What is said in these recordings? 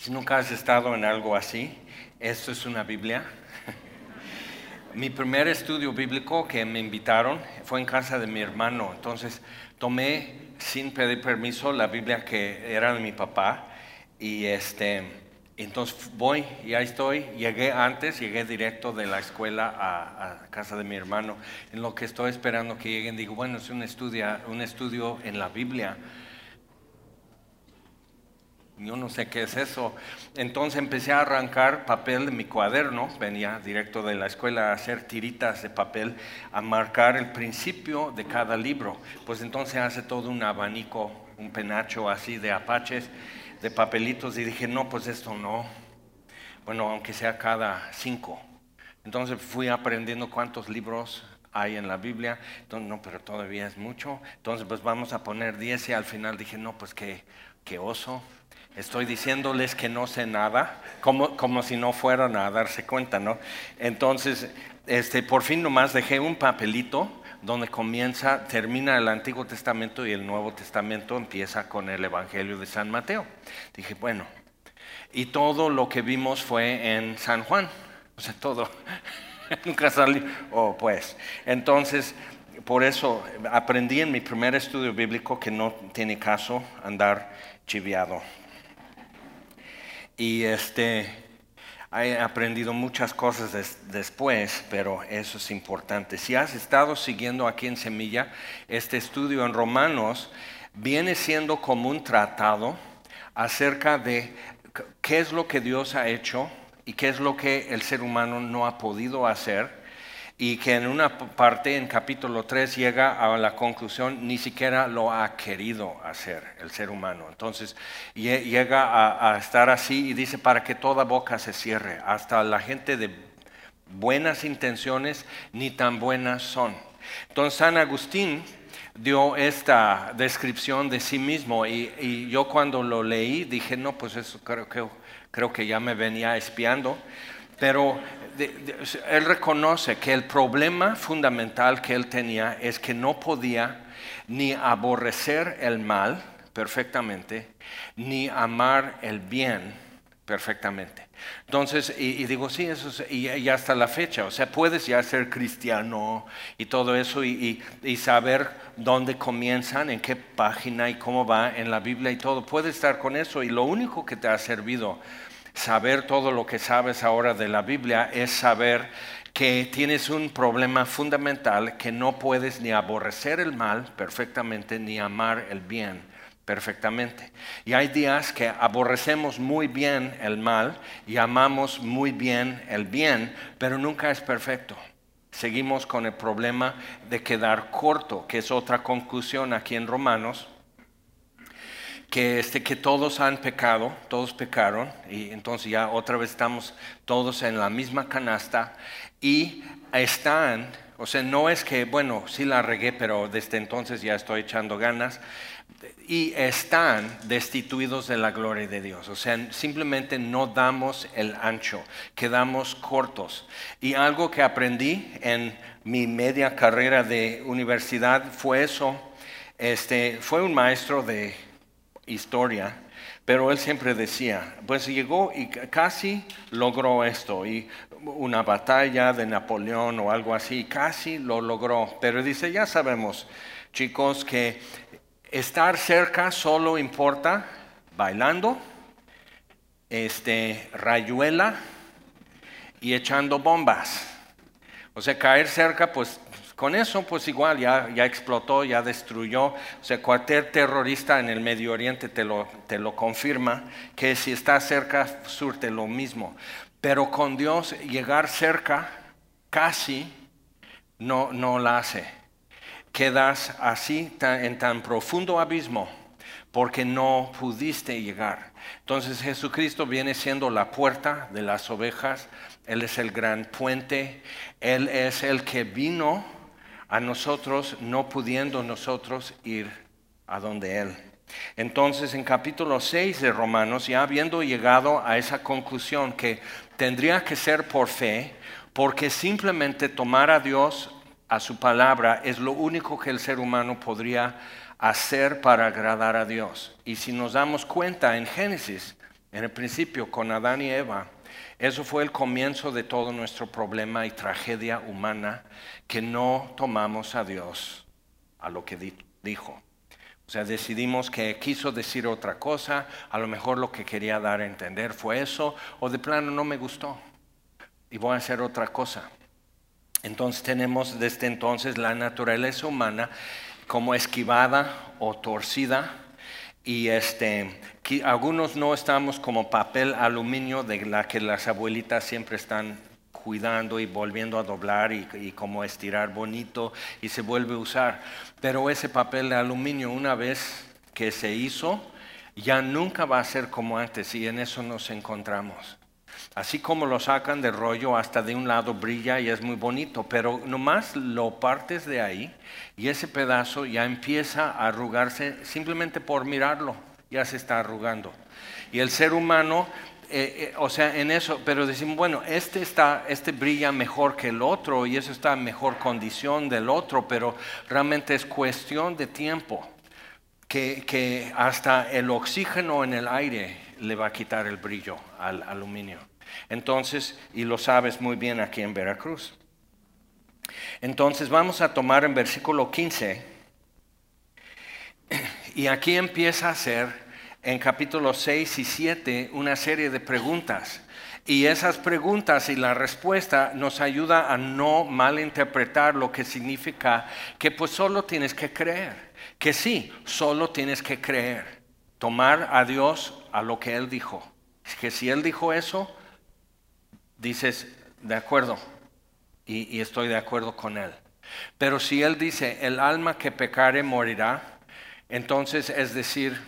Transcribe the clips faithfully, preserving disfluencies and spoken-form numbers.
Si nunca has estado en algo así, esto es una Biblia. Mi primer estudio bíblico que me invitaron fue en casa de mi hermano. Entonces tomé sin pedir permiso la Biblia que era de mi papá y este, entonces voy y ahí estoy. Llegué antes, llegué directo de la escuela a, a casa de mi hermano. En lo que estoy esperando que lleguen, digo, bueno, es un estudio, un estudio en la Biblia. Yo no sé qué es eso. Entonces empecé a arrancar papel de mi cuaderno, venía directo de la escuela a hacer tiritas de papel, a marcar el principio de cada libro. Pues entonces hace todo un abanico, un penacho así de apaches, de papelitos, y dije, no, pues esto no. Bueno, aunque sea cada cinco. Entonces fui aprendiendo cuántos libros hay en la Biblia. Entonces, no, pero todavía es mucho. Entonces, pues vamos a poner diez y al final dije, no, pues qué, qué oso. Estoy diciéndoles que no sé nada, como, como si no fueran a darse cuenta, ¿no? Entonces, este, por fin nomás dejé un papelito donde comienza, termina el Antiguo Testamento y el Nuevo Testamento empieza con el Evangelio de San Mateo. Dije, bueno, y todo lo que vimos fue en San Juan, o sea, todo, nunca salí, oh, pues, entonces, por eso aprendí en mi primer estudio bíblico que no tiene caso andar chiviado. Y este, he aprendido muchas cosas des, después, pero eso es importante. Si has estado siguiendo aquí en Semilla, este estudio en Romanos viene siendo como un tratado acerca de qué es lo que Dios ha hecho y qué es lo que el ser humano no ha podido hacer. Y que en una parte, en capítulo tres, llega a la conclusión, ni siquiera lo ha querido hacer el ser humano. Entonces, llega a, a estar así y dice, para que toda boca se cierre, hasta la gente de buenas intenciones, ni tan buenas son. Entonces, San Agustín dio esta descripción de sí mismo y, y yo cuando lo leí dije, no, pues eso creo que, creo que ya me venía espiando, pero de, de, él reconoce que el problema fundamental que él tenía es que no podía ni aborrecer el mal perfectamente, ni amar el bien perfectamente. Entonces, y, y digo, sí, eso es, y, y hasta la fecha, o sea, puedes ya ser cristiano y todo eso y, y, y saber dónde comienzan, en qué página y cómo va en la Biblia y todo, puedes estar con eso y lo único que te ha servido saber todo lo que sabes ahora de la Biblia es saber que tienes un problema fundamental, que no puedes ni aborrecer el mal perfectamente ni amar el bien perfectamente. Y hay días que aborrecemos muy bien el mal y amamos muy bien el bien, pero nunca es perfecto. Seguimos con el problema de quedar corto, que es otra conclusión aquí en Romanos. Que, este, que todos han pecado, todos pecaron, y entonces ya otra vez estamos todos en la misma canasta, y están, o sea, no es que, bueno, sí la regué, pero desde entonces ya estoy echando ganas, y están destituidos de la gloria de Dios, o sea, simplemente no damos el ancho, quedamos cortos. Y algo que aprendí en mi media carrera de universidad fue eso, este, fue un maestro de historia, pero él siempre decía, pues llegó y casi logró esto, y una batalla de Napoleón o algo así, casi lo logró, pero dice, ya sabemos, chicos, que estar cerca solo importa bailando, este, rayuela y echando bombas, o sea, caer cerca, pues con eso, pues igual, ya, ya explotó, ya destruyó. O sea, cualquier terrorista en el Medio Oriente te lo, te lo confirma, que si está cerca, surte lo mismo. Pero con Dios, llegar cerca, casi, no, no la hace. Quedas así, tan, en tan profundo abismo, porque no pudiste llegar. Entonces, Jesucristo viene siendo la puerta de las ovejas. Él es el gran puente. Él es el que vino a nosotros, no pudiendo nosotros ir a donde Él. Entonces, en capítulo seis de Romanos, ya habiendo llegado a esa conclusión que tendría que ser por fe, porque simplemente tomar a Dios a su palabra es lo único que el ser humano podría hacer para agradar a Dios. Y si nos damos cuenta en Génesis, En el principio, con Adán y Eva, eso fue el comienzo de todo nuestro problema y tragedia humana, que no tomamos a Dios a lo que di- dijo. O sea, decidimos que quiso decir otra cosa, a lo mejor lo que quería dar a entender fue eso, o de plano no me gustó y voy a hacer otra cosa. Entonces tenemos desde entonces la naturaleza humana como esquivada o torcida, y este, qui- algunos no estamos como papel aluminio de la que las abuelitas siempre están cuidando y volviendo a doblar y, y como estirar bonito y se vuelve a usar. Pero ese papel de aluminio, una vez que se hizo, ya nunca va a ser como antes, y en eso nos encontramos. Así como lo sacan del rollo, hasta de un lado brilla y es muy bonito, pero nomás lo partes de ahí y ese pedazo ya empieza a arrugarse simplemente por mirarlo, ya se está arrugando. Y el ser humano, eh, eh, o sea, en eso, pero decimos, bueno, este, está, este brilla mejor que el otro y eso está en mejor condición del otro, pero realmente es cuestión de tiempo. Que, que hasta el oxígeno en el aire le va a quitar el brillo al aluminio. Entonces, y lo sabes muy bien aquí en Veracruz. Entonces vamos a tomar en versículo quince, y aquí empieza a hacer en capítulos seis y siete una serie de preguntas. Y esas preguntas y la respuesta nos ayuda a no malinterpretar lo que significa que pues solo tienes que creer. Que sí, solo tienes que creer. Tomar a Dios a lo que Él dijo. Que si Él dijo eso, dices, de acuerdo, y, y estoy de acuerdo con Él. Pero si Él dice, el alma que pecare morirá, entonces es decir,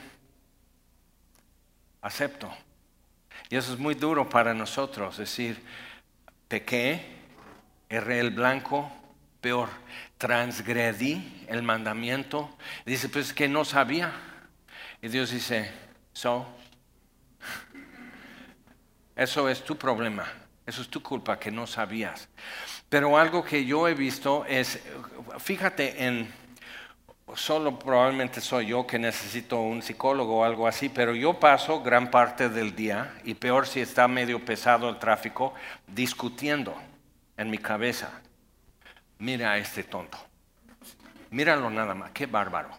acepto. Y eso es muy duro para nosotros, decir, pequé, erré el blanco, peor, transgredí el mandamiento. Y dice, pues es que no sabía. Y Dios dice, so, eso es tu problema, eso es tu culpa que no sabías. Pero algo que yo he visto es, fíjate en, solo probablemente soy yo que necesito un psicólogo o algo así, pero yo paso gran parte del día, y peor si está medio pesado el tráfico, discutiendo en mi cabeza. Mira a este tonto, míralo nada más, qué bárbaro.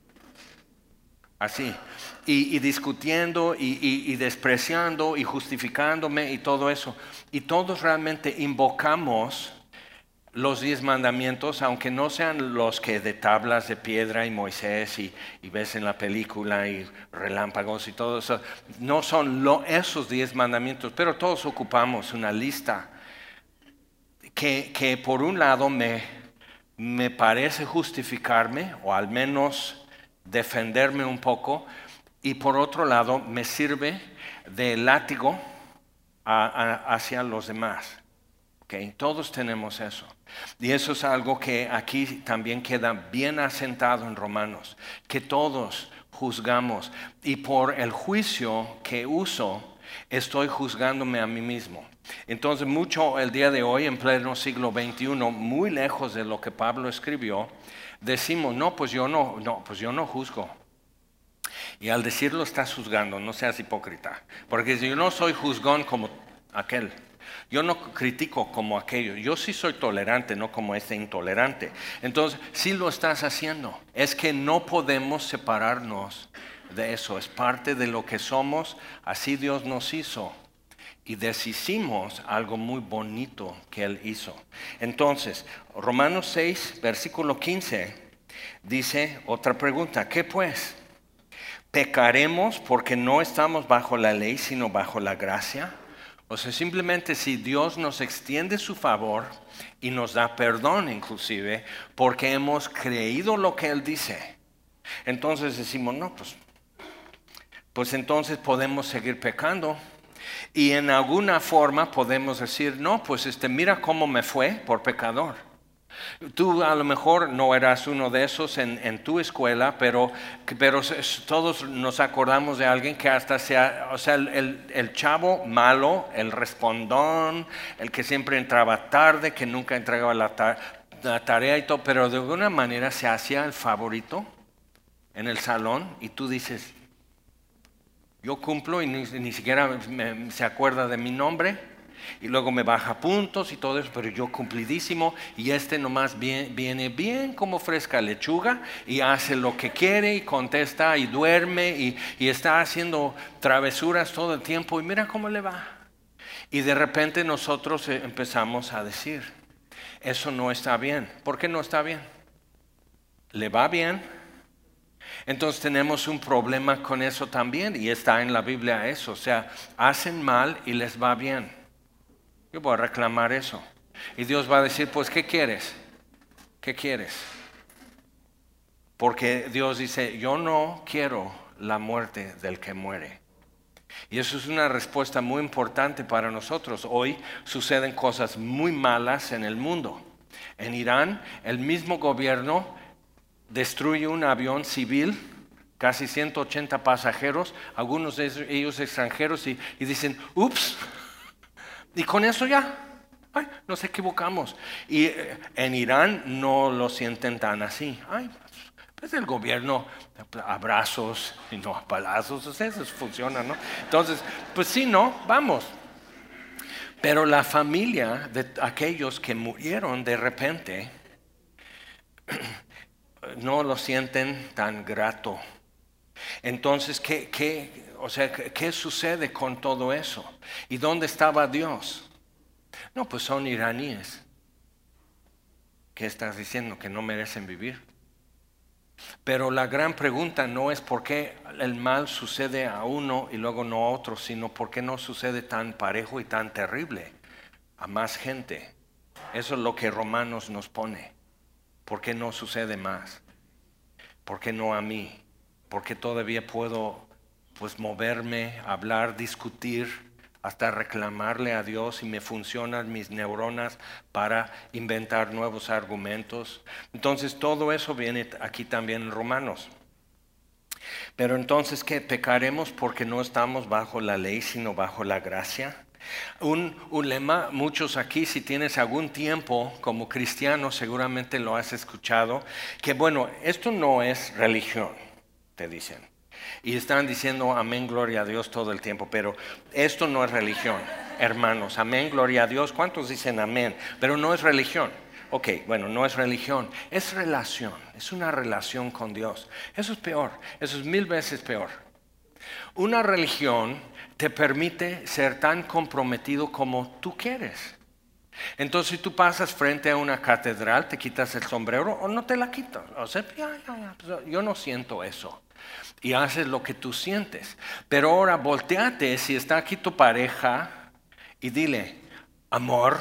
Así, y, y discutiendo y, y, y despreciando y justificándome y todo eso. Y todos realmente invocamos los diez mandamientos, aunque no sean los que de tablas de piedra y Moisés y, y ves en la película y relámpagos y todo eso, no son lo, esos diez mandamientos, pero todos ocupamos una lista que, que por un lado me, me parece justificarme o al menos defenderme un poco, y por otro lado me sirve de látigo a, a, hacia los demás. Okay, todos tenemos eso. Y eso es algo que aquí también queda bien asentado en Romanos, que todos juzgamos, y por el juicio que uso estoy juzgándome a mí mismo. Entonces mucho el día de hoy, en pleno siglo veintiuno, muy lejos de lo que Pablo escribió, decimos, no, pues yo no, no, pues yo no juzgo. Y al decirlo estás juzgando, no seas hipócrita, porque yo no soy juzgón como aquel. Yo no critico como aquello, yo sí soy tolerante, no como este intolerante. Entonces, sí lo estás haciendo. Es que no podemos separarnos de eso, es parte de lo que somos, así Dios nos hizo. Y deshicimos algo muy bonito que Él hizo. Entonces, Romanos seis, versículo quince, dice otra pregunta, ¿qué pues? ¿Pecaremos porque no estamos bajo la ley, sino bajo la gracia? O sea, simplemente si Dios nos extiende su favor y nos da perdón inclusive, porque hemos creído lo que Él dice, entonces decimos, no, pues, pues entonces podemos seguir pecando. Y en alguna forma podemos decir, no, pues este, mira cómo me fue por pecador. Tú a lo mejor no eras uno de esos en, en tu escuela, pero, pero todos nos acordamos de alguien que hasta sea, o sea, el, el, el chavo malo, el respondón, el que siempre entraba tarde, que nunca entregaba la, ta, la tarea y todo, pero de alguna manera se hacía el favorito en el salón, y tú dices, Yo cumplo y ni, ni siquiera me, se acuerda de mi nombre y luego me baja puntos y todo eso, pero yo cumplidísimo y este nomás viene, viene bien como fresca lechuga y hace lo que quiere y contesta y duerme y, y está haciendo travesuras todo el tiempo y mira cómo le va. Y de repente nosotros empezamos a decir, eso no está bien. ¿Por qué no está bien? ¿Le va bien? Entonces tenemos un problema con eso también y está en la Biblia eso. O sea, hacen mal y les va bien. Yo voy a reclamar eso. Y Dios va a decir, pues, ¿qué quieres? ¿Qué quieres? Porque Dios dice, yo no quiero la muerte del que muere. Y eso es una respuesta muy importante para nosotros. Hoy suceden cosas muy malas en el mundo. En Irán, el mismo gobierno destruye un avión civil, casi ciento ochenta pasajeros, algunos de ellos extranjeros, y, y dicen, ups, y con eso ya, ay, nos equivocamos. Y eh, en Irán no lo sienten tan así. Ay, pues el gobierno, abrazos y no a palazos, eso funciona, ¿no? Entonces, pues sí, no, vamos. Pero la familia de aquellos que murieron de repente no lo sienten tan grato. Entonces, ¿qué, qué, o sea, ¿qué, qué sucede con todo eso? ¿Y dónde estaba Dios? No, pues son iraníes. ¿Qué estás diciendo? ¿Que no merecen vivir? Pero la gran pregunta no es por qué el mal sucede a uno y luego no a otro, sino por qué no sucede tan parejo y tan terrible a más gente. Eso es lo que Romanos nos pone. ¿Por qué no sucede más? ¿Por qué no a mí? ¿Por qué todavía puedo pues moverme, hablar, discutir, hasta reclamarle a Dios y me funcionan mis neuronas para inventar nuevos argumentos? Entonces todo eso viene aquí también en Romanos. Pero entonces, ¿qué? ¿Pecaremos porque no estamos bajo la ley sino bajo la gracia? Un, un lema, muchos aquí, si tienes algún tiempo como cristiano, seguramente lo has escuchado, que bueno, esto no es religión, te dicen. Y están diciendo amén, gloria a Dios todo el tiempo, pero esto no es religión, hermanos, amén, gloria a Dios. ¿Cuántos dicen amén? Pero no es religión. Ok, bueno, no es religión, es relación, es una relación con Dios. Eso es peor, eso es mil veces peor. Una religión te permite ser tan comprometido como tú quieres. Entonces, si tú pasas frente a una catedral, te quitas el sombrero o no te la quitas. O sea, ya, ya, ya, pues, yo no siento eso. Y haces lo que tú sientes. Pero ahora volteate si está aquí tu pareja y dile, amor,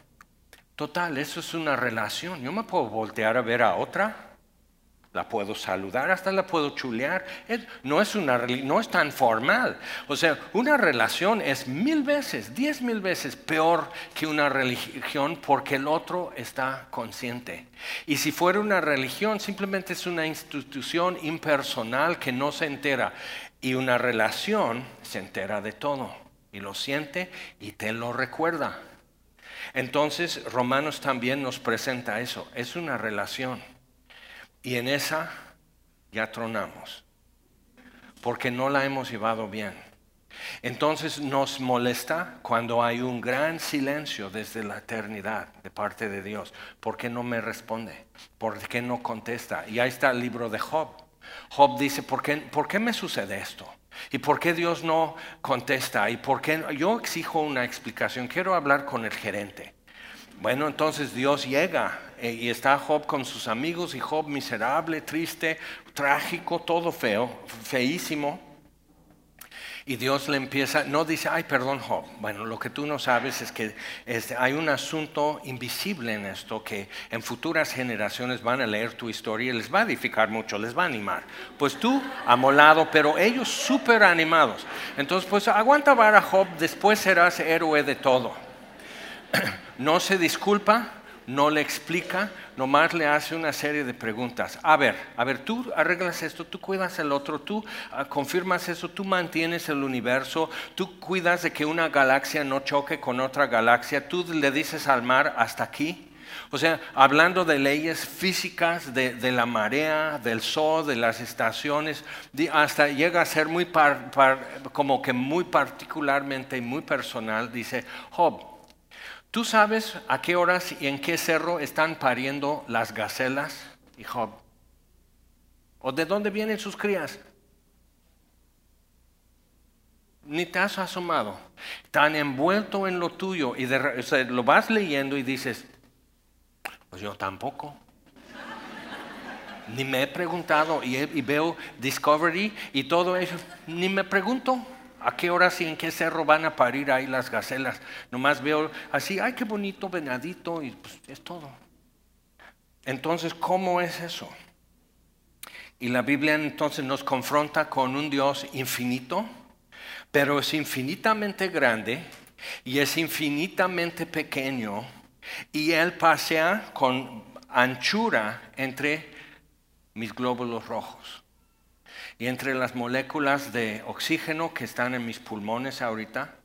total, eso es una relación. Yo me puedo voltear a ver a otra. La puedo saludar, hasta la puedo chulear. No es, una, no es tan formal. O sea, una relación es mil veces, diez mil veces peor que una religión porque el otro está consciente. Y si fuera una religión, simplemente es una institución impersonal que no se entera. Y una relación se entera de todo. Y lo siente y te lo recuerda. Entonces, Romanos también nos presenta eso. Es una relación. Y en esa ya tronamos, porque no la hemos llevado bien. Entonces nos molesta cuando hay un gran silencio desde la eternidad de parte de Dios. ¿Por qué no me responde? ¿Por qué no contesta? Y ahí está el libro de Job. Job dice, ¿por qué, ¿por qué me sucede esto? ¿Y por qué Dios no contesta? ¿Y por qué? Yo exijo una explicación. Quiero hablar con el gerente. Bueno, entonces Dios llega eh, y está Job con sus amigos y Job miserable, triste, trágico, todo feo, feísimo. Y Dios le empieza, no dice, ay, perdón Job. Bueno, lo que tú no sabes es que es, hay un asunto invisible en esto que en futuras generaciones van a leer tu historia y les va a edificar mucho, les va a animar. Pues tú, amolado, pero ellos súper animados. Entonces, pues aguanta vara Job, después serás héroe de todo. No se disculpa, no le explica, nomás le hace una serie de preguntas. A ver, a ver, tú arreglas esto, tú cuidas el otro, tú uh, confirmas eso, tú mantienes el universo, tú cuidas de que una galaxia no choque con otra galaxia, tú le dices al mar hasta aquí. O sea, hablando de leyes físicas, de, de la marea, del sol, de las estaciones, de- hasta llega a ser muy par- par- como que muy particularmente y muy personal. Dice, Job, ¿tú sabes a qué horas y en qué cerro están pariendo las gacelas? Y Job, ¿o de dónde vienen sus crías? Ni te has asomado. Tan envuelto en lo tuyo y de re- o sea, lo vas leyendo y dices, pues yo tampoco. Ni me he preguntado y, he- y veo Discovery y todo eso. Ni me pregunto a qué horas y en qué cerro van a parir ahí las gacelas. Nomás veo así, ay, qué bonito venadito y pues es todo. Entonces, ¿cómo es eso? Y la Biblia entonces nos confronta con un Dios infinito, pero es infinitamente grande y es infinitamente pequeño y Él pasea con anchura entre mis glóbulos rojos y entre las moléculas de oxígeno que están en mis pulmones ahorita.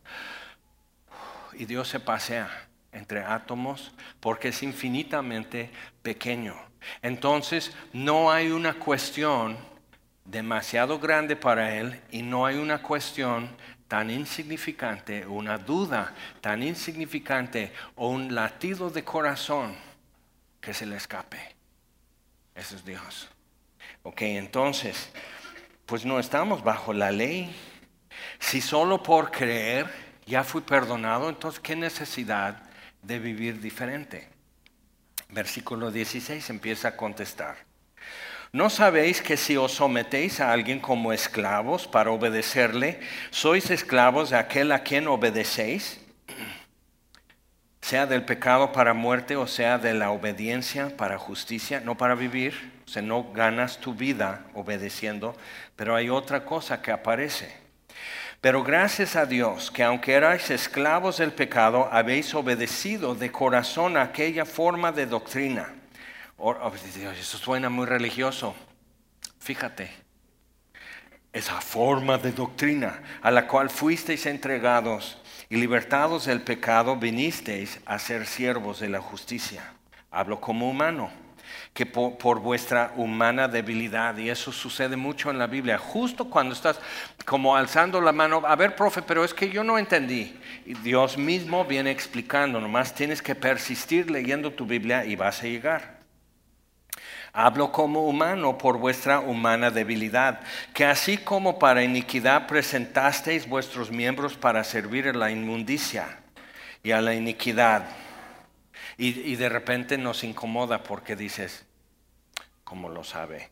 Y Dios se pasea entre átomos porque es infinitamente pequeño. Entonces no hay una cuestión demasiado grande para Él y no hay una cuestión tan insignificante, una duda tan insignificante o un latido de corazón que se le escape. Ese es Dios. Ok, entonces, pues no estamos bajo la ley. Si solo por creer ya fui perdonado, entonces ¿qué necesidad de vivir diferente? Versículo dieciséis empieza a contestar. ¿No sabéis que si os sometéis a alguien como esclavos para obedecerle, sois esclavos de aquel a quien obedecéis? Sea del pecado para muerte o sea de la obediencia para justicia, no para vivir. O sea, no ganas tu vida obedeciendo, pero hay otra cosa que aparece. Pero gracias a Dios que aunque erais esclavos del pecado, habéis obedecido de corazón a aquella forma de doctrina. Oh, oh, Dios, eso suena muy religioso. Fíjate, esa forma de doctrina a la cual fuisteis entregados y libertados del pecado, vinisteis a ser siervos de la justicia. Hablo como humano, que por, por vuestra humana debilidad, y eso sucede mucho en la Biblia, justo cuando estás como alzando la mano, a ver, profe, pero es que yo no entendí. Y Dios mismo viene explicando, nomás tienes que persistir leyendo tu Biblia y vas a llegar. Hablo como humano por vuestra humana debilidad, que así como para iniquidad presentasteis vuestros miembros para servir a la inmundicia y a la iniquidad. Y, y de repente nos incomoda porque dices, ¿cómo lo sabe?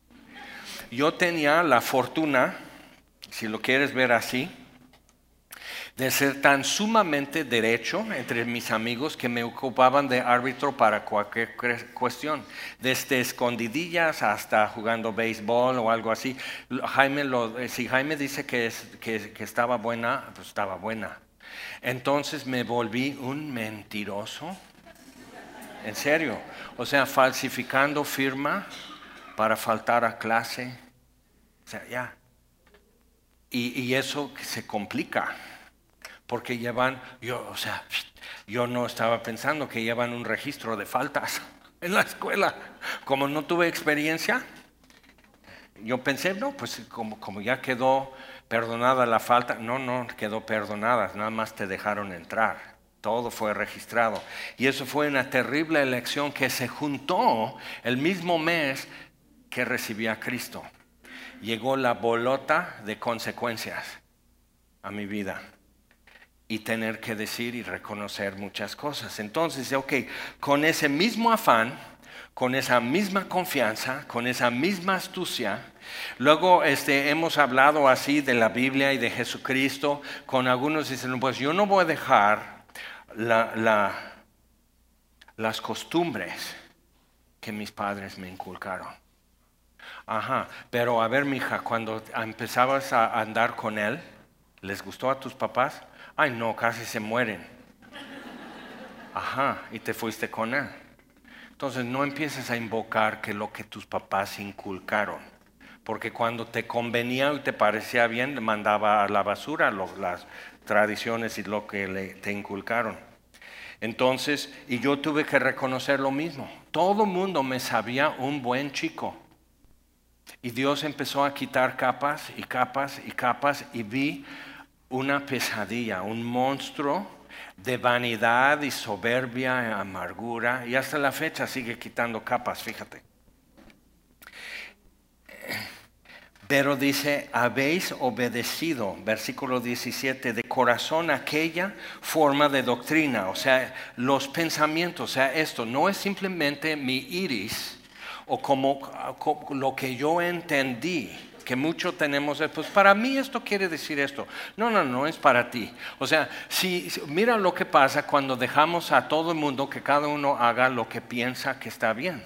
Yo tenía la fortuna, si lo quieres ver así, de ser tan sumamente derecho entre mis amigos que me ocupaban de árbitro para cualquier cuestión, desde escondidillas hasta jugando béisbol o algo así. Jaime lo, si Jaime dice que, es, que, que estaba buena, pues estaba buena. Entonces me volví un mentiroso, en serio, o sea, falsificando firma para faltar a clase, o sea, ya. Y, y eso se complica. Porque llevan, yo, o sea, yo no estaba pensando que llevan un registro de faltas en la escuela. Como no tuve experiencia, yo pensé, no, pues como, como ya quedó perdonada la falta, no, no quedó perdonada, nada más te dejaron entrar. Todo fue registrado. Y eso fue una terrible elección que se juntó el mismo mes que recibí a Cristo. Llegó la bolota de consecuencias a mi vida. Y tener que decir y reconocer muchas cosas. Entonces, ok, con ese mismo afán, con esa misma confianza, con esa misma astucia, luego este, hemos hablado así de la Biblia y de Jesucristo, con algunos dicen, pues yo no voy a dejar la, la, las costumbres que mis padres me inculcaron. Ajá, pero a ver, mija, cuando empezabas a andar con él, ¿les gustó a tus papás? Ay, no, casi se mueren. Ajá, y te fuiste con él. Entonces no empieces a invocar que lo que tus papás inculcaron. Porque cuando te convenía y te parecía bien, mandaba a la basura lo, las tradiciones y lo que le, te inculcaron. Entonces, y yo tuve que reconocer lo mismo. Todo el mundo me sabía un buen chico. Y Dios empezó a quitar capas y capas y capas y vi una pesadilla, un monstruo de vanidad y soberbia y amargura. Y hasta la fecha sigue quitando capas, fíjate. Pero dice, habéis obedecido, versículo diecisiete, de corazón aquella forma de doctrina. O sea, los pensamientos, o sea, esto no es simplemente mi iris o como, como lo que yo entendí, que mucho tenemos, pues para mí esto quiere decir esto. No, no, no es para ti. O sea, si, si, mira lo que pasa cuando dejamos a todo el mundo que cada uno haga lo que piensa que está bien.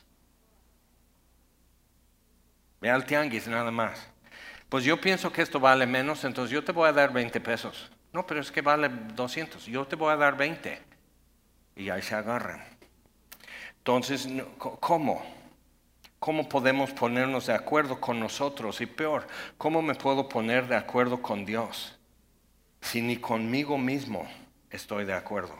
Ve al tianguis nada más. Pues yo pienso que esto vale menos, entonces yo te voy a dar veinte pesos. No, pero es que vale doscientos. Yo te voy a dar veinte. Y ahí se agarran. Entonces, ¿cómo? ¿Cómo podemos ponernos de acuerdo con nosotros? Y peor, ¿cómo me puedo poner de acuerdo con Dios si ni conmigo mismo estoy de acuerdo?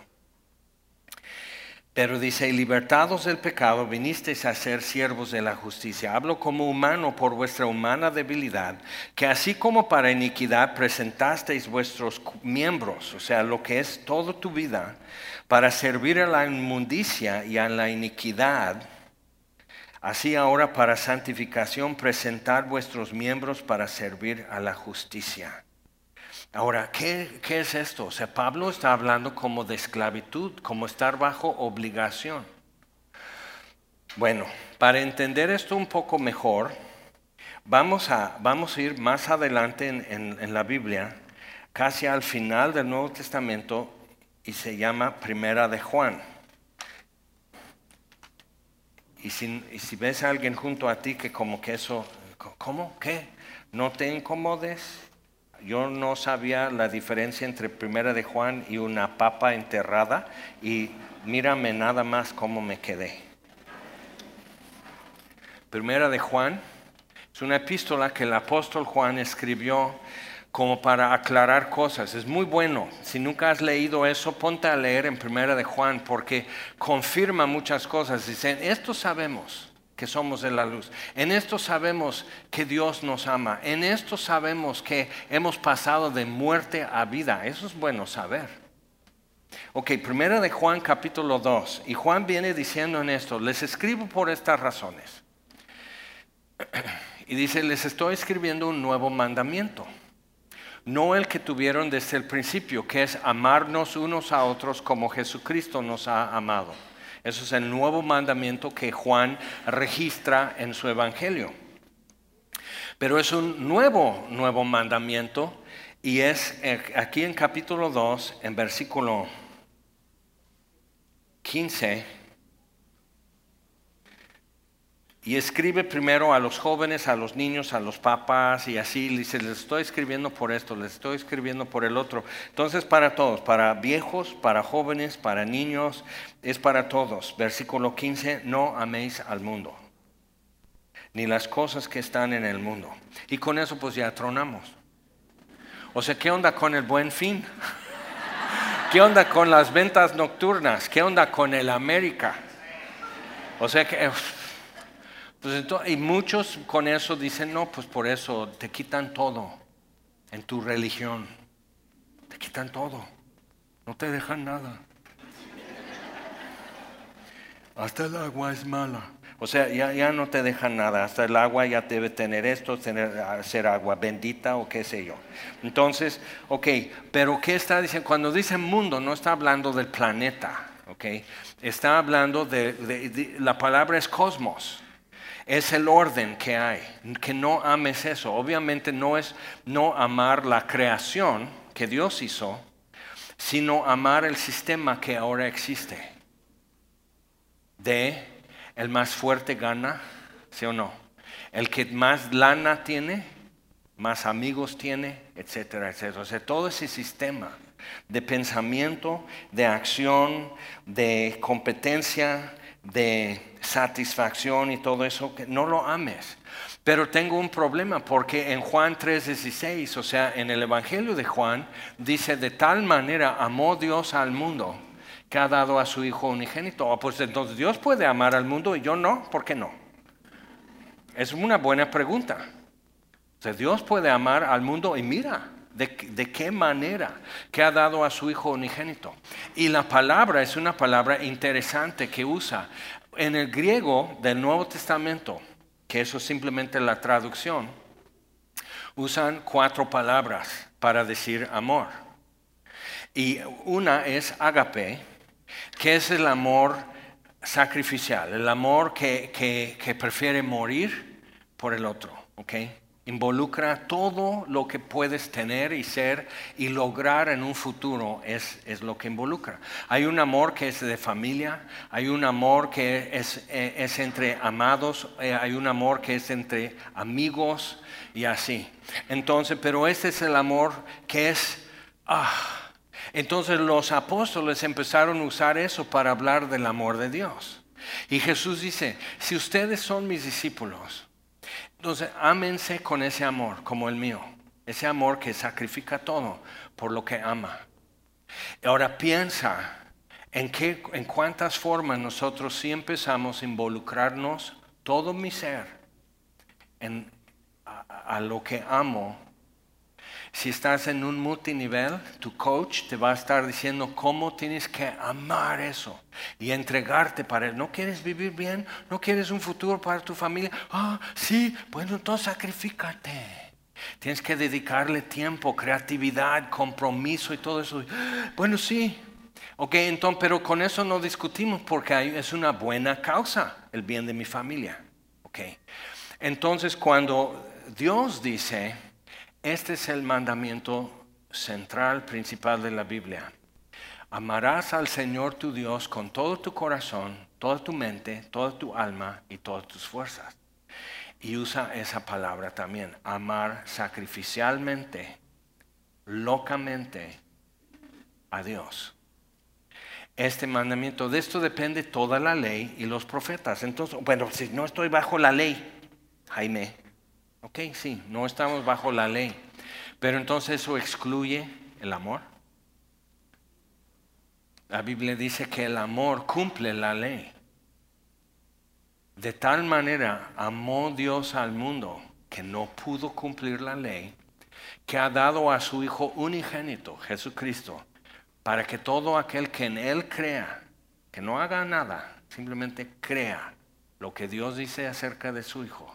Pero dice, libertados del pecado, vinisteis a ser siervos de la justicia. Hablo como humano por vuestra humana debilidad, que así como para iniquidad presentasteis vuestros miembros, o sea, lo que es toda tu vida, para servir a la inmundicia y a la iniquidad, así ahora para santificación presentad vuestros miembros para servir a la justicia. Ahora, ¿qué, ¿qué es esto? O sea, Pablo está hablando como de esclavitud, como estar bajo obligación. Bueno, para entender esto un poco mejor, vamos a, vamos a ir más adelante en, en, en la Biblia, casi al final del Nuevo Testamento, y se llama Primera de Juan. Y si, y si ves a alguien junto a ti que como que eso, ¿cómo? ¿Qué? No te incomodes. Yo no sabía la diferencia entre Primera de Juan y una papa enterrada y mírame nada más cómo me quedé. Primera de Juan es una epístola que el apóstol Juan escribió como para aclarar cosas. Es muy bueno. Si nunca has leído eso, ponte a leer en Primera de Juan porque confirma muchas cosas. Dicen, esto sabemos que somos de la luz. En esto sabemos que Dios nos ama. En esto sabemos que hemos pasado de muerte a vida. Eso es bueno saber. Ok, Primera de Juan capítulo dos. Y Juan viene diciendo en esto, les escribo por estas razones. Y dice, les estoy escribiendo un nuevo mandamiento. No el que tuvieron desde el principio, que es amarnos unos a otros como Jesucristo nos ha amado. Eso es el nuevo mandamiento que Juan registra en su evangelio. Pero es un nuevo, nuevo mandamiento y es aquí en capítulo dos, en versículo quince. Y escribe primero a los jóvenes, a los niños, a los papás y así. Dice, les estoy escribiendo por esto, les estoy escribiendo por el otro. Entonces para todos, para viejos, para jóvenes, para niños, es para todos. Versículo quince, no améis al mundo, ni las cosas que están en el mundo. Y con eso pues ya tronamos. O sea, ¿qué onda con el Buen Fin? ¿Qué onda con las ventas nocturnas? ¿Qué onda con el América? O sea que... Pues entonces, y muchos con eso dicen, no, pues por eso te quitan todo en tu religión. Te quitan todo. No te dejan nada. Hasta el agua es mala. O sea, ya, ya no te dejan nada. Hasta el agua ya debe tener esto, tener, ser agua bendita o qué sé yo. Entonces, ok, pero ¿qué está diciendo? Cuando dice mundo, no está hablando del planeta, ok. Está hablando de, de, de la palabra es cosmos. Es el orden que hay, que no ames eso. Obviamente no es no amar la creación que Dios hizo, sino amar el sistema que ahora existe. De el más fuerte gana, ¿sí o no? El que más lana tiene, más amigos tiene, etcétera, etcétera. O sea, todo ese sistema de pensamiento, de acción, de competencia, de satisfacción y todo eso, que no lo ames. Pero tengo un problema porque en Juan tres dieciséis, o sea, en el Evangelio de Juan, dice de tal manera amó Dios al mundo que ha dado a su Hijo unigénito. Oh, pues entonces Dios puede amar al mundo y yo no, ¿por qué no? Es una buena pregunta. O sea, Dios puede amar al mundo y mira, ¿de, de qué manera? Que ha dado a su Hijo unigénito. Y la palabra es una palabra interesante que usa. En el griego del Nuevo Testamento, que eso es simplemente la traducción, usan cuatro palabras para decir amor. Y una es ágape, que es el amor sacrificial, el amor que, que, que prefiere morir por el otro, ¿ok? Involucra todo lo que puedes tener y ser y lograr en un futuro, es, es lo que involucra. Hay un amor que es de familia, hay un amor que es, es entre amados, hay un amor que es entre amigos y así. Entonces, pero este es el amor que es... Ah, entonces los apóstoles empezaron a usar eso para hablar del amor de Dios. Y Jesús dice, si ustedes son mis discípulos, entonces ámense con ese amor como el mío. Ese amor que sacrifica todo por lo que ama. Ahora piensa en, qué, en cuántas formas nosotros sí empezamos a involucrarnos todo mi ser en, a, a lo que amo. Si estás en un multinivel, tu coach te va a estar diciendo cómo tienes que amar eso y entregarte para él. ¿No quieres vivir bien? ¿No quieres un futuro para tu familia? Ah, sí, bueno, entonces sacrifícate. Tienes que dedicarle tiempo, creatividad, compromiso y todo eso. Bueno, sí. Ok, entonces, pero con eso no discutimos porque es una buena causa el bien de mi familia. Ok. Entonces, cuando Dios dice... Este es el mandamiento central, principal de la Biblia. Amarás al Señor tu Dios con todo tu corazón, toda tu mente, toda tu alma y todas tus fuerzas. Y usa esa palabra también, amar sacrificialmente, locamente a Dios. Este mandamiento, de esto depende toda la ley y los profetas. Entonces, bueno, si no estoy bajo la ley, Jaime, ok, sí, no estamos bajo la ley. Pero entonces eso excluye el amor. La Biblia dice que el amor cumple la ley. De tal manera amó Dios al mundo que no pudo cumplir la ley, que ha dado a su Hijo unigénito, Jesucristo, para que todo aquel que en Él crea, que no haga nada, simplemente crea lo que Dios dice acerca de su Hijo,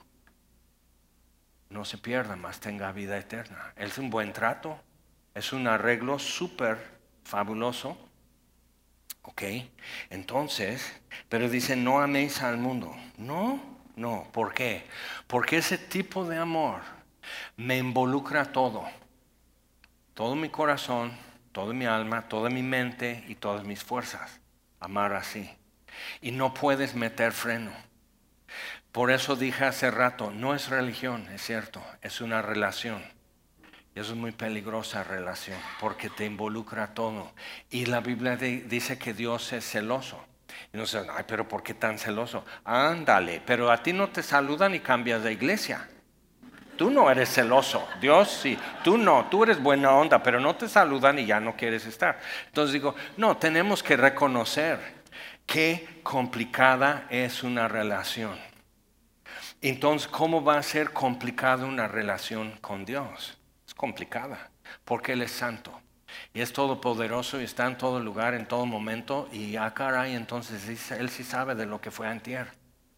no se pierda, más tenga vida eterna. Es un buen trato, es un arreglo súper fabuloso. Ok, entonces, pero dice no améis al mundo. No, no, ¿por qué? Porque ese tipo de amor me involucra todo. Todo mi corazón, toda mi alma, toda mi mente y todas mis fuerzas. Amar así. Y no puedes meter freno. Por eso dije hace rato, no es religión, es cierto, es una relación. Y eso es muy peligrosa relación, porque te involucra todo. Y la Biblia de, dice que Dios es celoso. Y no sé, ay, pero ¿por qué tan celoso? Ándale, pero a ti no te saludan y cambias de iglesia. Tú no eres celoso, Dios sí. Tú no, tú eres buena onda, pero no te saludan y ya no quieres estar. Entonces digo, no, tenemos que reconocer qué complicada es una relación. Entonces, ¿cómo va a ser complicada una relación con Dios? Es complicada, porque Él es santo. Y es todopoderoso y está en todo lugar, en todo momento. Y ah, caray, entonces Él sí sabe de lo que fue antier.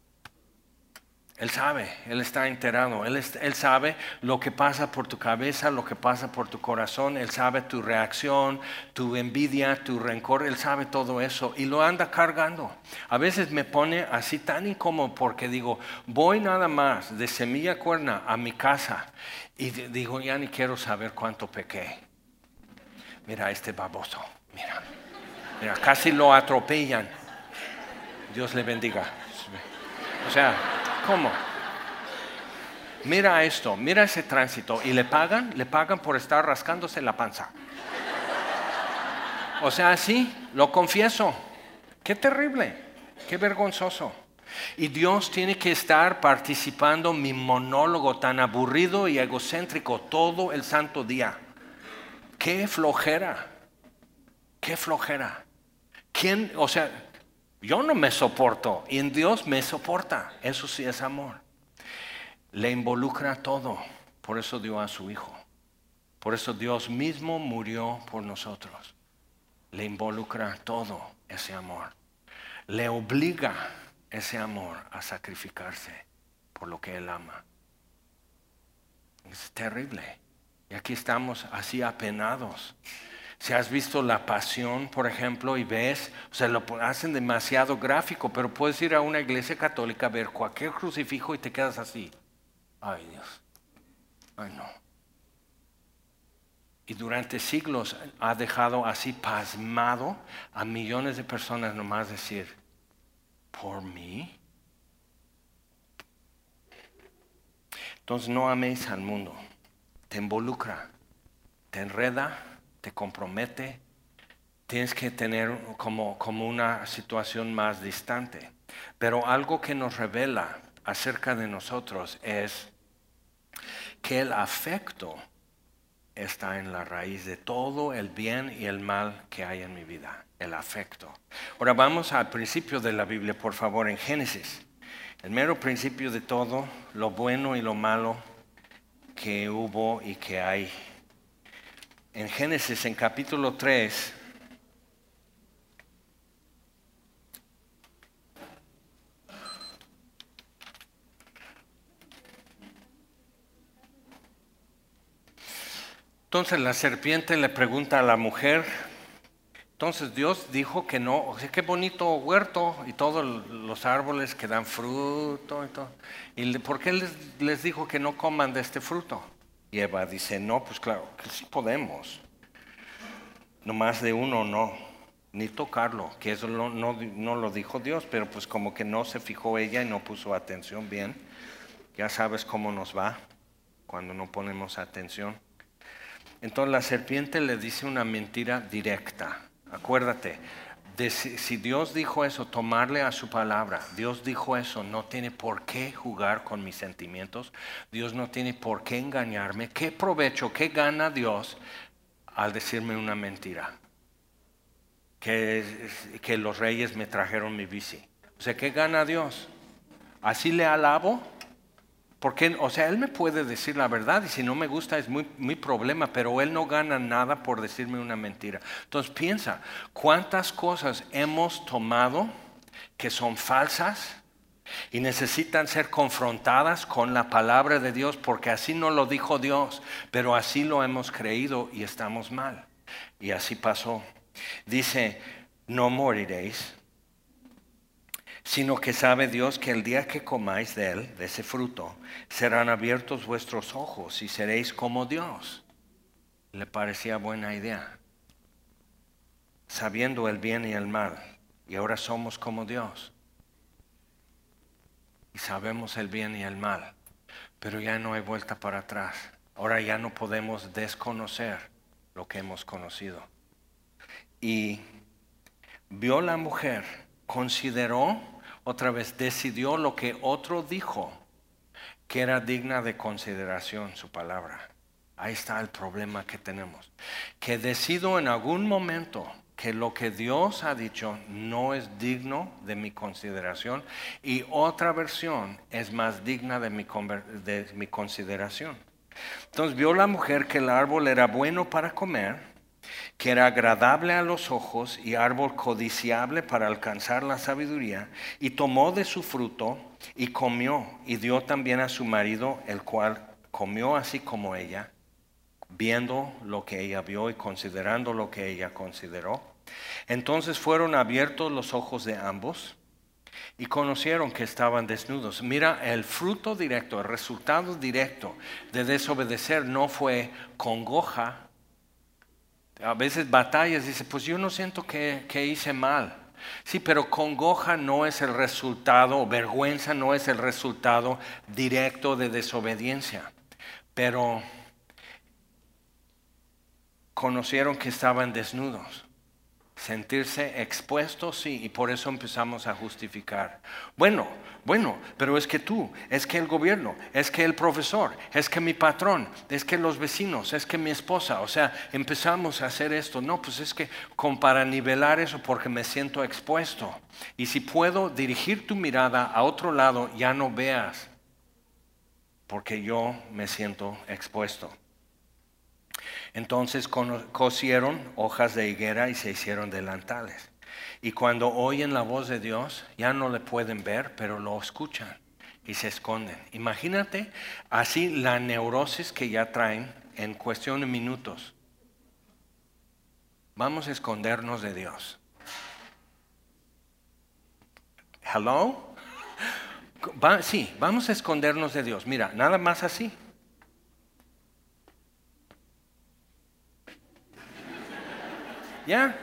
Él sabe, Él está enterado, él, es, él sabe lo que pasa por tu cabeza, lo que pasa por tu corazón, Él sabe tu reacción, tu envidia, tu rencor, Él sabe todo eso y lo anda cargando. A veces me pone así tan incómodo porque digo, voy nada más de Semilla Cuerna a mi casa y digo, ya ni quiero saber cuánto pequé. Mira este baboso, mira, mira, casi lo atropellan. Dios le bendiga. O sea, ¿cómo? Mira esto, mira ese tránsito y le pagan, le pagan por estar rascándose la panza. O sea, sí, lo confieso. Qué terrible, qué vergonzoso. Y Dios tiene que estar participando en mi monólogo tan aburrido y egocéntrico todo el santo día. Qué flojera, qué flojera. ¿Quién? O sea, yo no me soporto y en Dios me soporta. Eso sí es amor. Le involucra todo. Por eso dio a su Hijo. Por eso Dios mismo murió por nosotros. Le involucra todo ese amor. Le obliga ese amor a sacrificarse por lo que Él ama. Es terrible. Y aquí estamos así apenados. Si has visto La Pasión, por ejemplo, y ves, o sea, lo hacen demasiado gráfico, pero puedes ir a una iglesia católica a ver cualquier crucifijo y te quedas así. Ay, Dios. Ay, no. Y durante siglos ha dejado así pasmado a millones de personas nomás decir, ¿por mí? Entonces no améis al mundo. Te involucra, te enreda, te compromete. Tienes que tener como, como una situación más distante. Pero algo que nos revela acerca de nosotros es que el afecto está en la raíz de todo el bien y el mal que hay en mi vida, el afecto. Ahora vamos al principio de la Biblia, por favor, en Génesis. El mero principio de todo, lo bueno y lo malo que hubo y que hay. En Génesis, en capítulo tres, entonces la serpiente le pregunta a la mujer, entonces Dios dijo que no, o sea, qué bonito huerto y todos los árboles que dan fruto y todo. ¿Y por qué les, les dijo que no coman de este fruto? Y Eva dice, no, pues claro, que sí podemos. No más de uno no, ni tocarlo, que eso no, no, no lo dijo Dios, pero pues como que no se fijó ella y no puso atención bien. Ya sabes cómo nos va cuando no ponemos atención. Entonces la serpiente le dice una mentira directa. Acuérdate, de si, si Dios dijo eso, tomarle a su palabra. Dios dijo eso, no tiene por qué jugar con mis sentimientos. Dios no tiene por qué engañarme. ¿Qué provecho, qué gana Dios al decirme una mentira? Que, que los reyes me trajeron mi bici. O sea, ¿qué gana Dios? ¿Así le alabo? Porque, o sea, Él me puede decir la verdad y si no me gusta es muy, mi problema, pero Él no gana nada por decirme una mentira. Entonces piensa, ¿cuántas cosas hemos tomado que son falsas y necesitan ser confrontadas con la palabra de Dios? Porque así no lo dijo Dios, pero así lo hemos creído y estamos mal. Y así pasó. Dice, no moriréis, sino que sabe Dios que el día que comáis de él, de ese fruto, serán abiertos vuestros ojos y seréis como Dios. Le parecía buena idea, sabiendo el bien y el mal, y ahora somos como Dios. Y sabemos el bien y el mal, pero ya no hay vuelta para atrás. Ahora ya no podemos desconocer lo que hemos conocido. Y vio la mujer, consideró, otra vez decidió lo que otro dijo, que era digna de consideración su palabra. Ahí está el problema que tenemos. Que decido en algún momento que lo que Dios ha dicho no es digno de mi consideración y otra versión es más digna de mi, de mi consideración. Entonces vio la mujer que el árbol era bueno para comer, que era agradable a los ojos y árbol codiciable para alcanzar la sabiduría, y tomó de su fruto y comió, y dio también a su marido, el cual comió así como ella, viendo lo que ella vio y considerando lo que ella consideró. Entonces fueron abiertos los ojos de ambos y conocieron que estaban desnudos. Mira, el fruto directo, el resultado directo de desobedecer no fue congoja. A veces batallas, dice, pues yo no siento que, que hice mal. Sí, pero congoja no es el resultado, o vergüenza no es el resultado directo de desobediencia. Pero conocieron que estaban desnudos. Sentirse expuesto, sí, y por eso empezamos a justificar. Bueno, bueno, pero es que tú, es que el gobierno, es que el profesor, es que mi patrón, es que los vecinos, es que mi esposa, o sea, empezamos a hacer esto. No, pues es que con, para nivelar eso porque me siento expuesto. Y si puedo dirigir tu mirada a otro lado, ya no veas, porque yo me siento expuesto. Entonces cosieron hojas de higuera y se hicieron delantales. Y cuando oyen la voz de Dios, ya no le pueden ver, pero lo escuchan y se esconden. Imagínate así la neurosis que ya traen en cuestión de minutos. Vamos a escondernos de Dios. ¿Hello? Va, sí, vamos a escondernos de Dios. Mira, nada más así. Ya.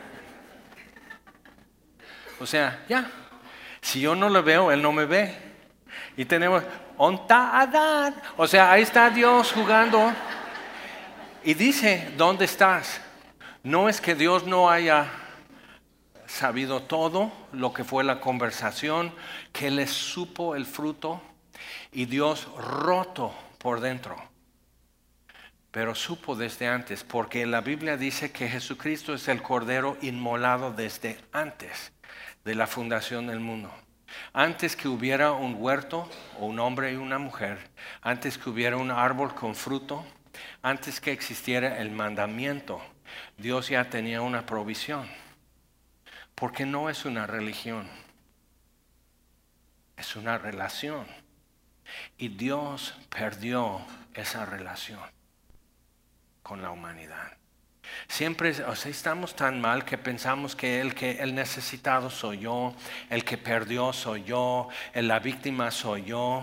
O sea, ya. Si yo no lo veo, Él no me ve. Y tenemos, onta Adán. O sea, ahí está Dios jugando. Y dice, ¿dónde estás? No es que Dios no haya sabido todo lo que fue la conversación, que Él les supo el fruto y Dios roto por dentro. Pero supo desde antes, porque la Biblia dice que Jesucristo es el Cordero inmolado desde antes de la fundación del mundo. Antes que hubiera un huerto o un hombre y una mujer, antes que hubiera un árbol con fruto, antes que existiera el mandamiento, Dios ya tenía una provisión. Porque no es una religión, es una relación. Y Dios perdió esa relación con la humanidad. Siempre, o sea, estamos tan mal que pensamos que el, que el necesitado soy yo, el que perdió soy yo, la víctima soy yo.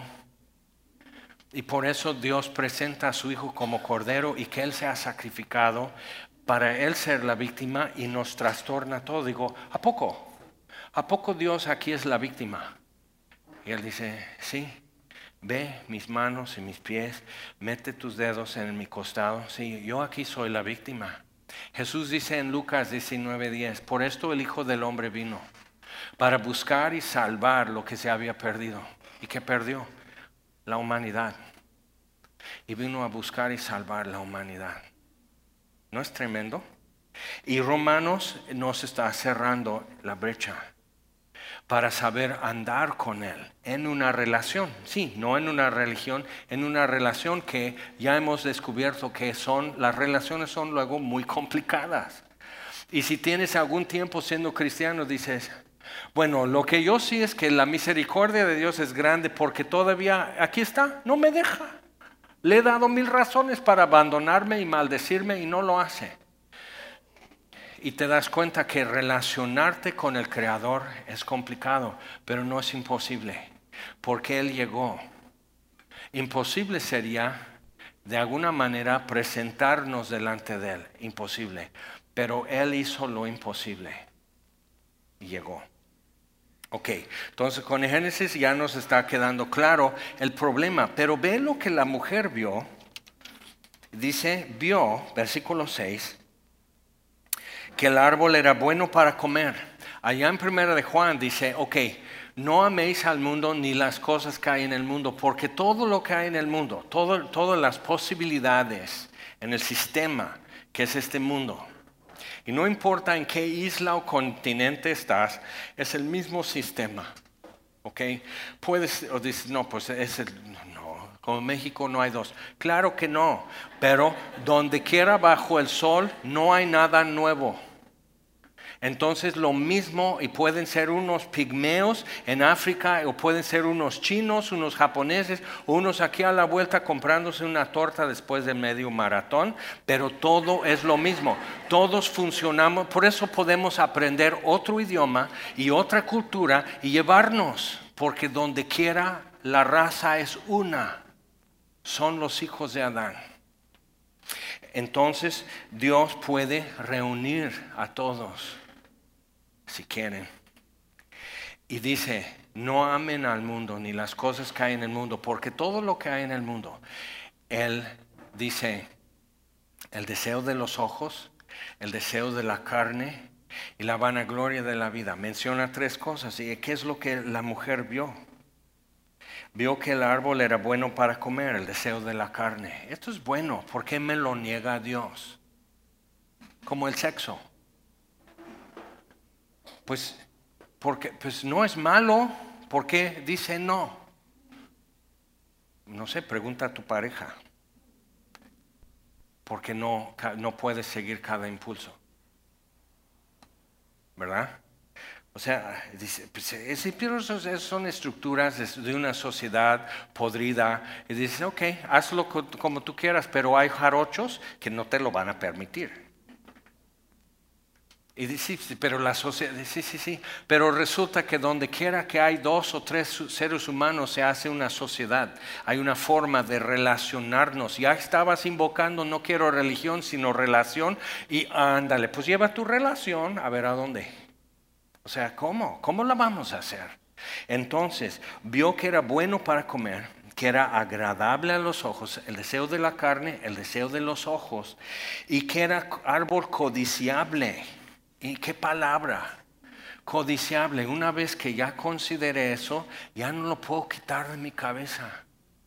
Y por eso Dios presenta a su Hijo como Cordero y que Él se ha sacrificado para Él ser la víctima y nos trastorna todo. Digo, ¿a poco? ¿A poco Dios aquí es la víctima? Y Él dice, sí. Ve mis manos y mis pies, mete tus dedos en mi costado. Sí, yo aquí soy la víctima. Jesús dice en Lucas diecinueve diez, por esto el Hijo del Hombre vino, para buscar y salvar lo que se había perdido. ¿Y qué perdió? La humanidad. Y vino a buscar y salvar la humanidad. ¿No es tremendo? Y Romanos nos está cerrando la brecha para saber andar con Él en una relación, sí, no en una religión, en una relación que ya hemos descubierto que son, las relaciones son luego muy complicadas. Y si tienes algún tiempo siendo cristiano, dices, bueno, lo que yo sí es que la misericordia de Dios es grande porque todavía aquí está, no me deja. Le he dado mil razones para abandonarme y maldecirme y no lo hace. Y te das cuenta que relacionarte con el Creador es complicado, pero no es imposible, porque Él llegó. Imposible sería, de alguna manera, presentarnos delante de Él. Imposible. Pero Él hizo lo imposible y llegó. Ok, entonces con Génesis ya nos está quedando claro el problema, pero ve lo que la mujer vio. Dice, vio, versículo seis, que el árbol era bueno para comer. Allá en Primera de Juan dice, ok, no améis al mundo ni las cosas que hay en el mundo, porque todo lo que hay en el mundo, todo, todas las posibilidades en el sistema que es este mundo, y no importa en qué isla o continente estás, es el mismo sistema, ok. Puedes, o dices, no, pues es el, no, como en México no hay dos. Claro que no, pero donde quiera bajo el sol no hay nada nuevo. Entonces lo mismo, y pueden ser unos pigmeos en África, o pueden ser unos chinos, unos japoneses, o unos aquí a la vuelta comprándose una torta después de medio maratón, pero todo es lo mismo, todos funcionamos, por eso podemos aprender otro idioma y otra cultura y llevarnos, porque donde quiera la raza es una, son los hijos de Adán. Entonces Dios puede reunir a todos si quieren. Y dice, no amen al mundo ni las cosas que hay en el mundo, porque todo lo que hay en el mundo, Él dice, el deseo de los ojos, el deseo de la carne y la vanagloria de la vida. Menciona tres cosas. ¿Y qué es lo que la mujer vio? Vio que el árbol era bueno para comer, el deseo de la carne. Esto es bueno, ¿por qué me lo niega Dios? Como el sexo. Pues, porque, pues no es malo, ¿por qué dice no? No sé, pregunta a tu pareja. Porque no, no puedes seguir cada impulso. ¿Verdad? O sea, dice, pues, es, pero son estructuras de una sociedad podrida. Y dice, ok, hazlo como tú quieras, pero hay jarochos que no te lo van a permitir. Y dice, sí, pero la sociedad, sí, sí, sí, pero resulta que donde quiera que hay dos o tres seres humanos se hace una sociedad, hay una forma de relacionarnos. Ya estabas invocando, no quiero religión, sino relación, y ándale, pues lleva tu relación a ver a dónde. O sea, ¿cómo? ¿Cómo la vamos a hacer? Entonces, vio que era bueno para comer, que era agradable a los ojos, el deseo de la carne, el deseo de los ojos, y que era árbol codiciable. ¿Y qué palabra? Codiciable. Una vez que ya consideré eso, ya no lo puedo quitar de mi cabeza.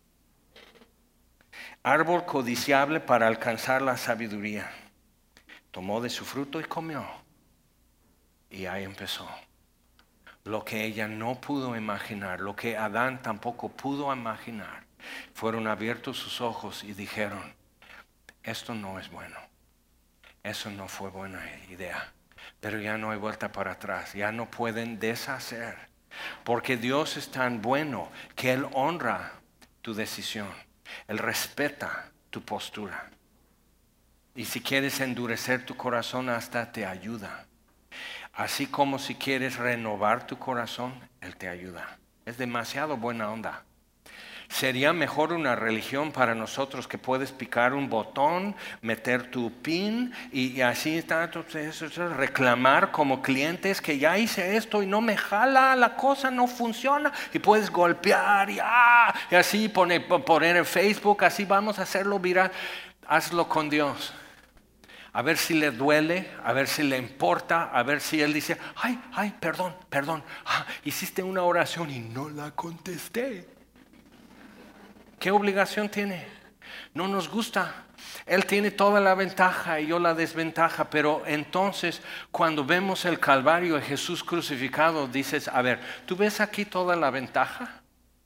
Árbol codiciable para alcanzar la sabiduría. Tomó de su fruto y comió. Y ahí empezó. Lo que ella no pudo imaginar, lo que Adán tampoco pudo imaginar, fueron abiertos sus ojos y dijeron, esto no es bueno. Eso no fue buena idea. Pero ya no hay vuelta para atrás, ya no pueden deshacer, porque Dios es tan bueno que Él honra tu decisión, Él respeta tu postura. Y si quieres endurecer tu corazón, hasta te ayuda. Así como si quieres renovar tu corazón, Él te ayuda. Es demasiado buena onda. Sería mejor una religión para nosotros que puedes picar un botón, meter tu pin y, y así está, reclamar como clientes que ya hice esto y no me jala, la cosa no funciona, y puedes golpear y, ah, y así poner, poner en Facebook, así vamos a hacerlo viral. Hazlo con Dios. A ver si le duele, a ver si le importa, a ver si Él dice, ay, ay, perdón, perdón, ah, hiciste una oración y no la contesté. ¿Qué obligación tiene? No nos gusta. Él tiene toda la ventaja y yo la desventaja, pero entonces cuando vemos el Calvario de Jesús crucificado, dices, a ver, ¿tú ves aquí toda la ventaja?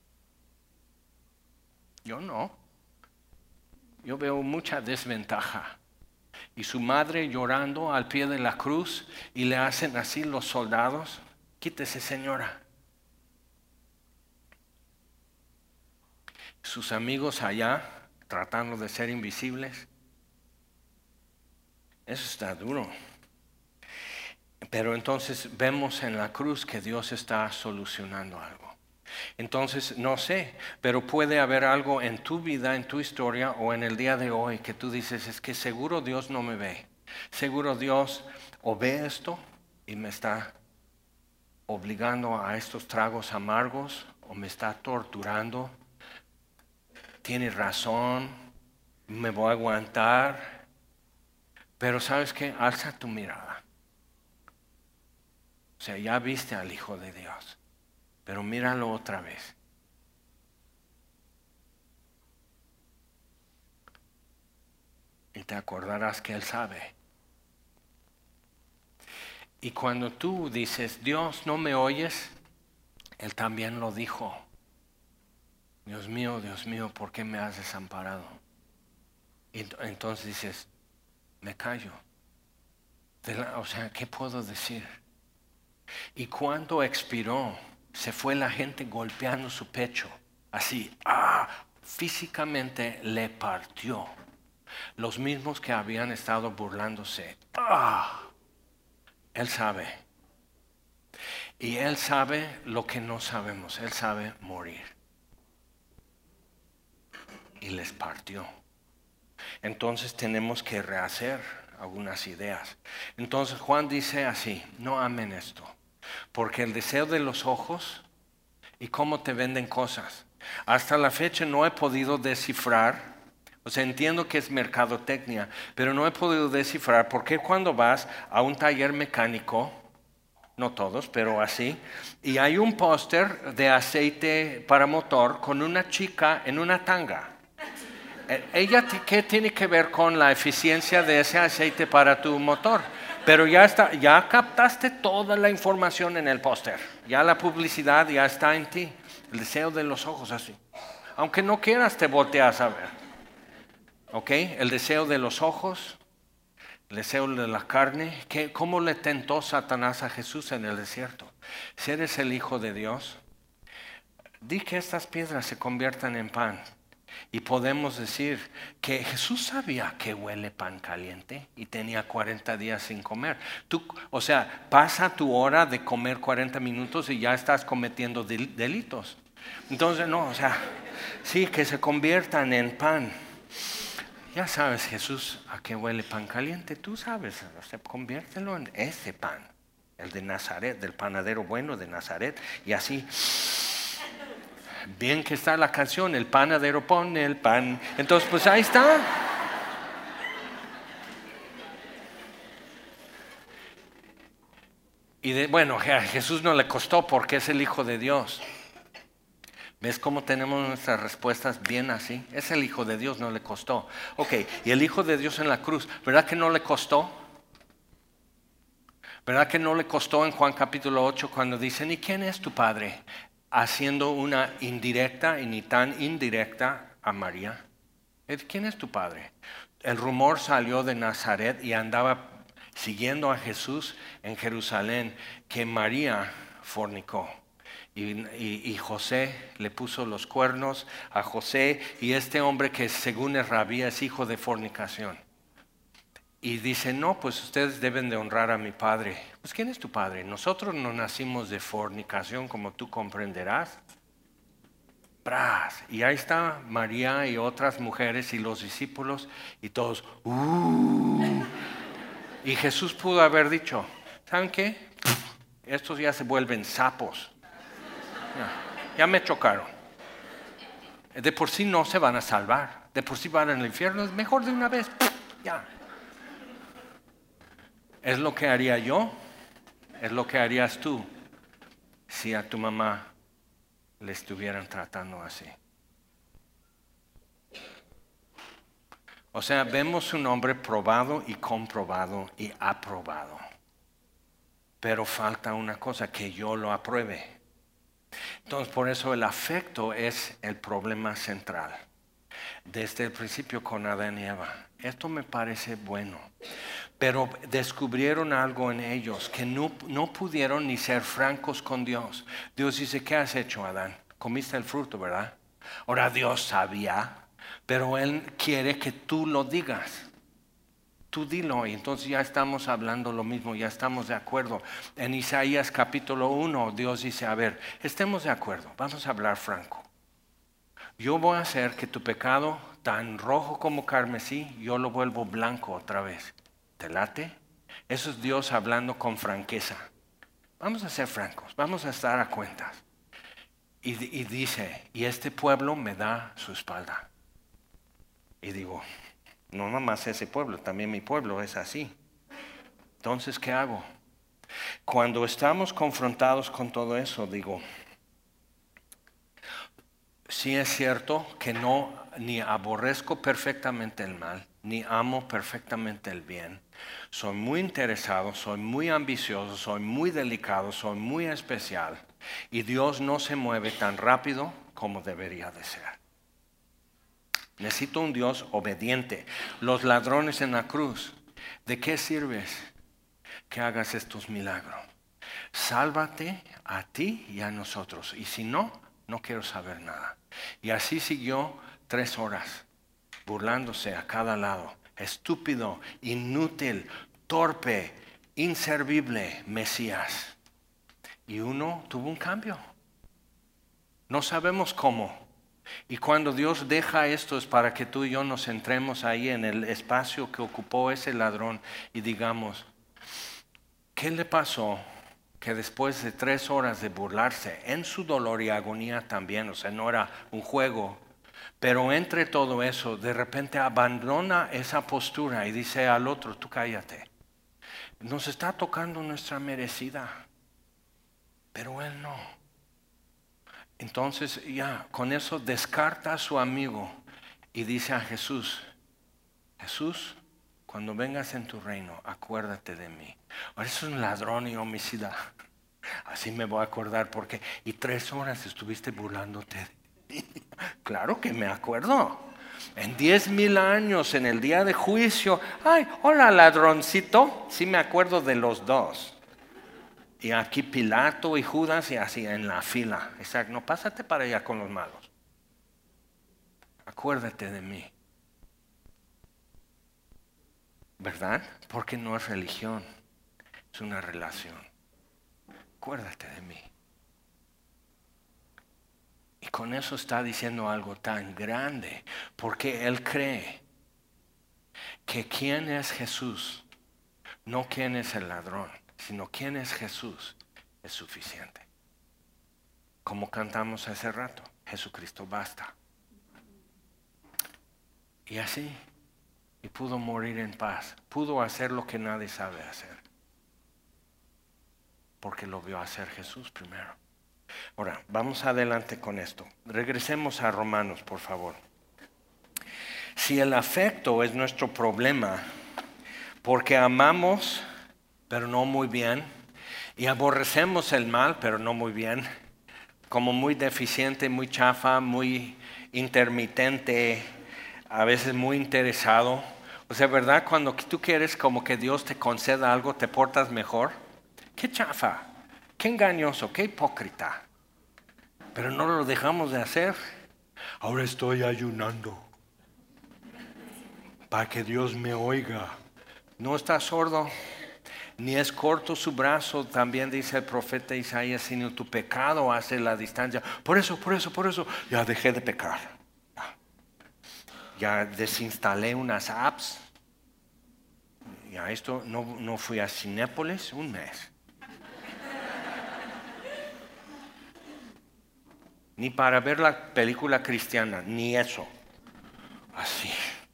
Yo no. Yo veo mucha desventaja. Y su madre llorando al pie de la cruz y le hacen así los soldados, quítese señora. Sus amigos allá tratando de ser invisibles. Eso está duro. Pero entonces vemos en la cruz que Dios está solucionando algo. Entonces, no sé, pero puede haber algo en tu vida, en tu historia o en el día de hoy que tú dices, es que seguro Dios no me ve. Seguro Dios o ve esto y me está obligando a estos tragos amargos o me está torturando. Tienes razón, me voy a aguantar, pero ¿sabes qué? Alza tu mirada. O sea, ya viste al Hijo de Dios, pero míralo otra vez. Y te acordarás que Él sabe. Y cuando tú dices, Dios, ¿no me oyes? Él también lo dijo. Dios mío, Dios mío, ¿por qué me has desamparado? Y entonces dices, me callo. La, o sea, ¿qué puedo decir? Y cuando expiró, se fue la gente golpeando su pecho, así, ah, físicamente le partió. Los mismos que habían estado burlándose, ah, Él sabe. Y Él sabe lo que no sabemos, Él sabe morir. Y les partió. Entonces tenemos que rehacer algunas ideas. Entonces Juan dice así, no amen esto, porque el deseo de los ojos y cómo te venden cosas. Hasta la fecha no he podido descifrar O sea, entiendo que es mercadotecnia, pero no he podido descifrar por qué cuando vas a un taller mecánico, no todos, pero así, y hay un póster de aceite para motor con una chica en una tanga. ¿Ella qué tiene que ver con la eficiencia de ese aceite para tu motor? Pero ya está, ya captaste toda la información en el póster. Ya la publicidad ya está en ti. El deseo de los ojos así. Aunque no quieras, te volteas a ver. ¿Ok? El deseo de los ojos, el deseo de la carne. ¿Qué, ¿Cómo le tentó Satanás a Jesús en el desierto? Si eres el Hijo de Dios, di que estas piedras se conviertan en pan. Y podemos decir que Jesús sabía que huele pan caliente y tenía cuarenta días sin comer. Tú, o sea, pasa tu hora de comer cuarenta minutos y ya estás cometiendo del, delitos. Entonces, no, o sea, sí, que se conviertan en pan. Ya sabes, Jesús, ¿a qué huele pan caliente? Tú sabes, o sea, conviértelo en ese pan, el de Nazaret, del panadero bueno de Nazaret, y así. Bien que está la canción, el panadero pone el pan. Entonces, pues ahí está. Y de, bueno, a Jesús no le costó porque es el Hijo de Dios. ¿Ves cómo tenemos nuestras respuestas bien así? Es el Hijo de Dios, no le costó. Ok, y el Hijo de Dios en la cruz, ¿verdad que no le costó? ¿Verdad que no le costó en Juan capítulo ocho cuando dicen, ¿y quién es tu padre? Haciendo una indirecta y ni tan indirecta a María. ¿Quién es tu padre? El rumor salió de Nazaret y andaba siguiendo a Jesús en Jerusalén que María fornicó. Y, y, y José le puso los cuernos a José y este hombre que según es rabí es hijo de fornicación. Y dice, no, pues ustedes deben de honrar a mi padre. Pues ¿quién es tu padre? Nosotros no nacimos de fornicación como tú comprenderás. ¡Pras! Y ahí está María y otras mujeres y los discípulos y todos. Uh. Y Jesús pudo haber dicho, ¿saben qué? Estos ya se vuelven sapos. Ya, ya me chocaron. De por sí no se van a salvar. De por sí van al infierno. Es mejor de una vez. Ya. Es lo que haría yo. Es lo que harías tú si a tu mamá le estuvieran tratando así. O sea, vemos un hombre probado y comprobado y aprobado. Pero falta una cosa, que yo lo apruebe. Entonces, por eso el afecto es el problema central. Desde el principio con Adán y Eva. Esto me parece bueno. Pero descubrieron algo en ellos, que no, no pudieron ni ser francos con Dios. Dios dice, ¿qué has hecho, Adán? Comiste el fruto, ¿verdad? Ahora Dios sabía, pero Él quiere que tú lo digas. Tú dilo, y entonces ya estamos hablando lo mismo, ya estamos de acuerdo. En Isaías capítulo uno, Dios dice, a ver, estemos de acuerdo, vamos a hablar franco. Yo voy a hacer que tu pecado, tan rojo como carmesí, yo lo vuelvo blanco otra vez. ¿Te late? Eso es Dios hablando con franqueza. Vamos a ser francos, vamos a estar a cuentas. Y, y dice, y este pueblo me da su espalda. Y digo, no nomás ese pueblo, también mi pueblo es así. Entonces, ¿qué hago? Cuando estamos confrontados con todo eso, digo, sí es cierto que no, ni aborrezco perfectamente el mal, ni amo perfectamente el bien. Soy muy interesado, soy muy ambicioso, soy muy delicado, soy muy especial. Y Dios no se mueve tan rápido como debería de ser. Necesito un Dios obediente. Los ladrones en la cruz, ¿de qué sirves que hagas estos milagros? Sálvate a ti y a nosotros. Y si no, no quiero saber nada. Y así siguió tres horas, burlándose a cada lado. Estúpido, inútil, torpe, inservible Mesías. Y uno tuvo un cambio. No sabemos cómo. Y cuando Dios deja esto es para que tú y yo nos centremos ahí en el espacio que ocupó ese ladrón y digamos, ¿qué le pasó? Que después de tres horas de burlarse en su dolor y agonía también, o sea, no era un juego, Pero entre todo eso, de repente abandona esa postura y dice al otro, tú cállate. Nos está tocando nuestra merecida, pero él no. Entonces ya, con eso descarta a su amigo y dice a Jesús, Jesús, cuando vengas en tu reino, acuérdate de mí. Ahora es un ladrón y homicida. Así me voy a acordar porque, y tres horas estuviste burlándote de mí. Claro que me acuerdo. En diez mil años, en el día de juicio, ay, hola ladroncito, sí me acuerdo de los dos. Y aquí Pilato y Judas y así en la fila. Exacto, no, pásate para allá con los malos. Acuérdate de mí. ¿Verdad? Porque no es religión, es una relación. Acuérdate de mí. Y con eso está diciendo algo tan grande, porque él cree que quién es Jesús, no quién es el ladrón, sino quién es Jesús, es suficiente. Como cantamos hace rato, Jesucristo basta. Y así, y pudo morir en paz, pudo hacer lo que nadie sabe hacer, porque lo vio hacer Jesús primero. Ahora, vamos adelante con esto. Regresemos a Romanos, por favor. Si el afecto es nuestro problema, porque amamos, pero no muy bien, y aborrecemos el mal, pero no muy bien, como muy deficiente, muy chafa, muy intermitente, a veces muy interesado. O sea, ¿verdad? Cuando tú quieres como que Dios te conceda algo, te portas mejor. ¡Qué chafa! ¡Qué engañoso! ¡Qué hipócrita! Pero no lo dejamos de hacer. Ahora estoy ayunando para que Dios me oiga. No está sordo, ni es corto su brazo, también dice el profeta Isaías, sino tu pecado hace la distancia. Por eso, por eso, por eso, ya dejé de pecar. Ya, ya desinstalé unas apps. Ya esto, no, no fui a Cinépolis un mes. Ni para ver la película cristiana, ni eso. Así.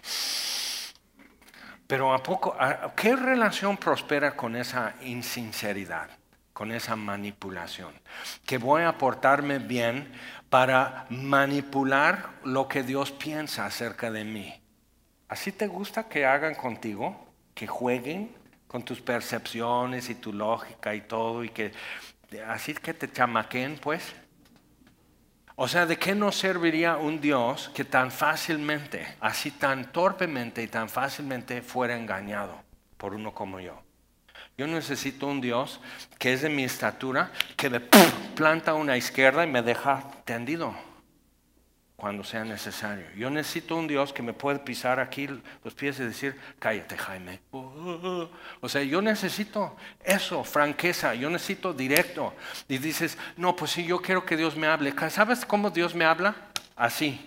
Pero ¿a poco, a, qué relación prospera con esa insinceridad, con esa manipulación? Que voy a portarme bien para manipular lo que Dios piensa acerca de mí. ¿Así te gusta que hagan contigo? Que jueguen con tus percepciones y tu lógica y todo, y que así que te chamaqueen, pues. O sea, ¿de qué nos serviría un Dios que tan fácilmente, así tan torpemente y tan fácilmente fuera engañado por uno como yo? Yo necesito un Dios que es de mi estatura, que me planta a una izquierda y me deja tendido cuando sea necesario. Yo necesito un Dios que me pueda pisar aquí los pies y decir, cállate, Jaime. O sea, yo necesito eso, franqueza, yo necesito directo. Y dices, no, pues sí, yo quiero que Dios me hable. ¿Sabes cómo Dios me habla? Así.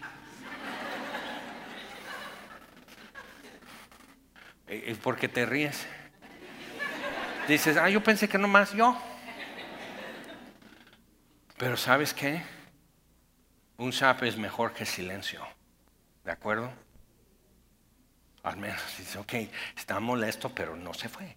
¿Y por qué te ríes? Dices, ah, yo pensé que nomás yo. Pero ¿sabes qué? Un zap es mejor que silencio, ¿de acuerdo? Al menos dice, ok, está molesto, pero no se fue.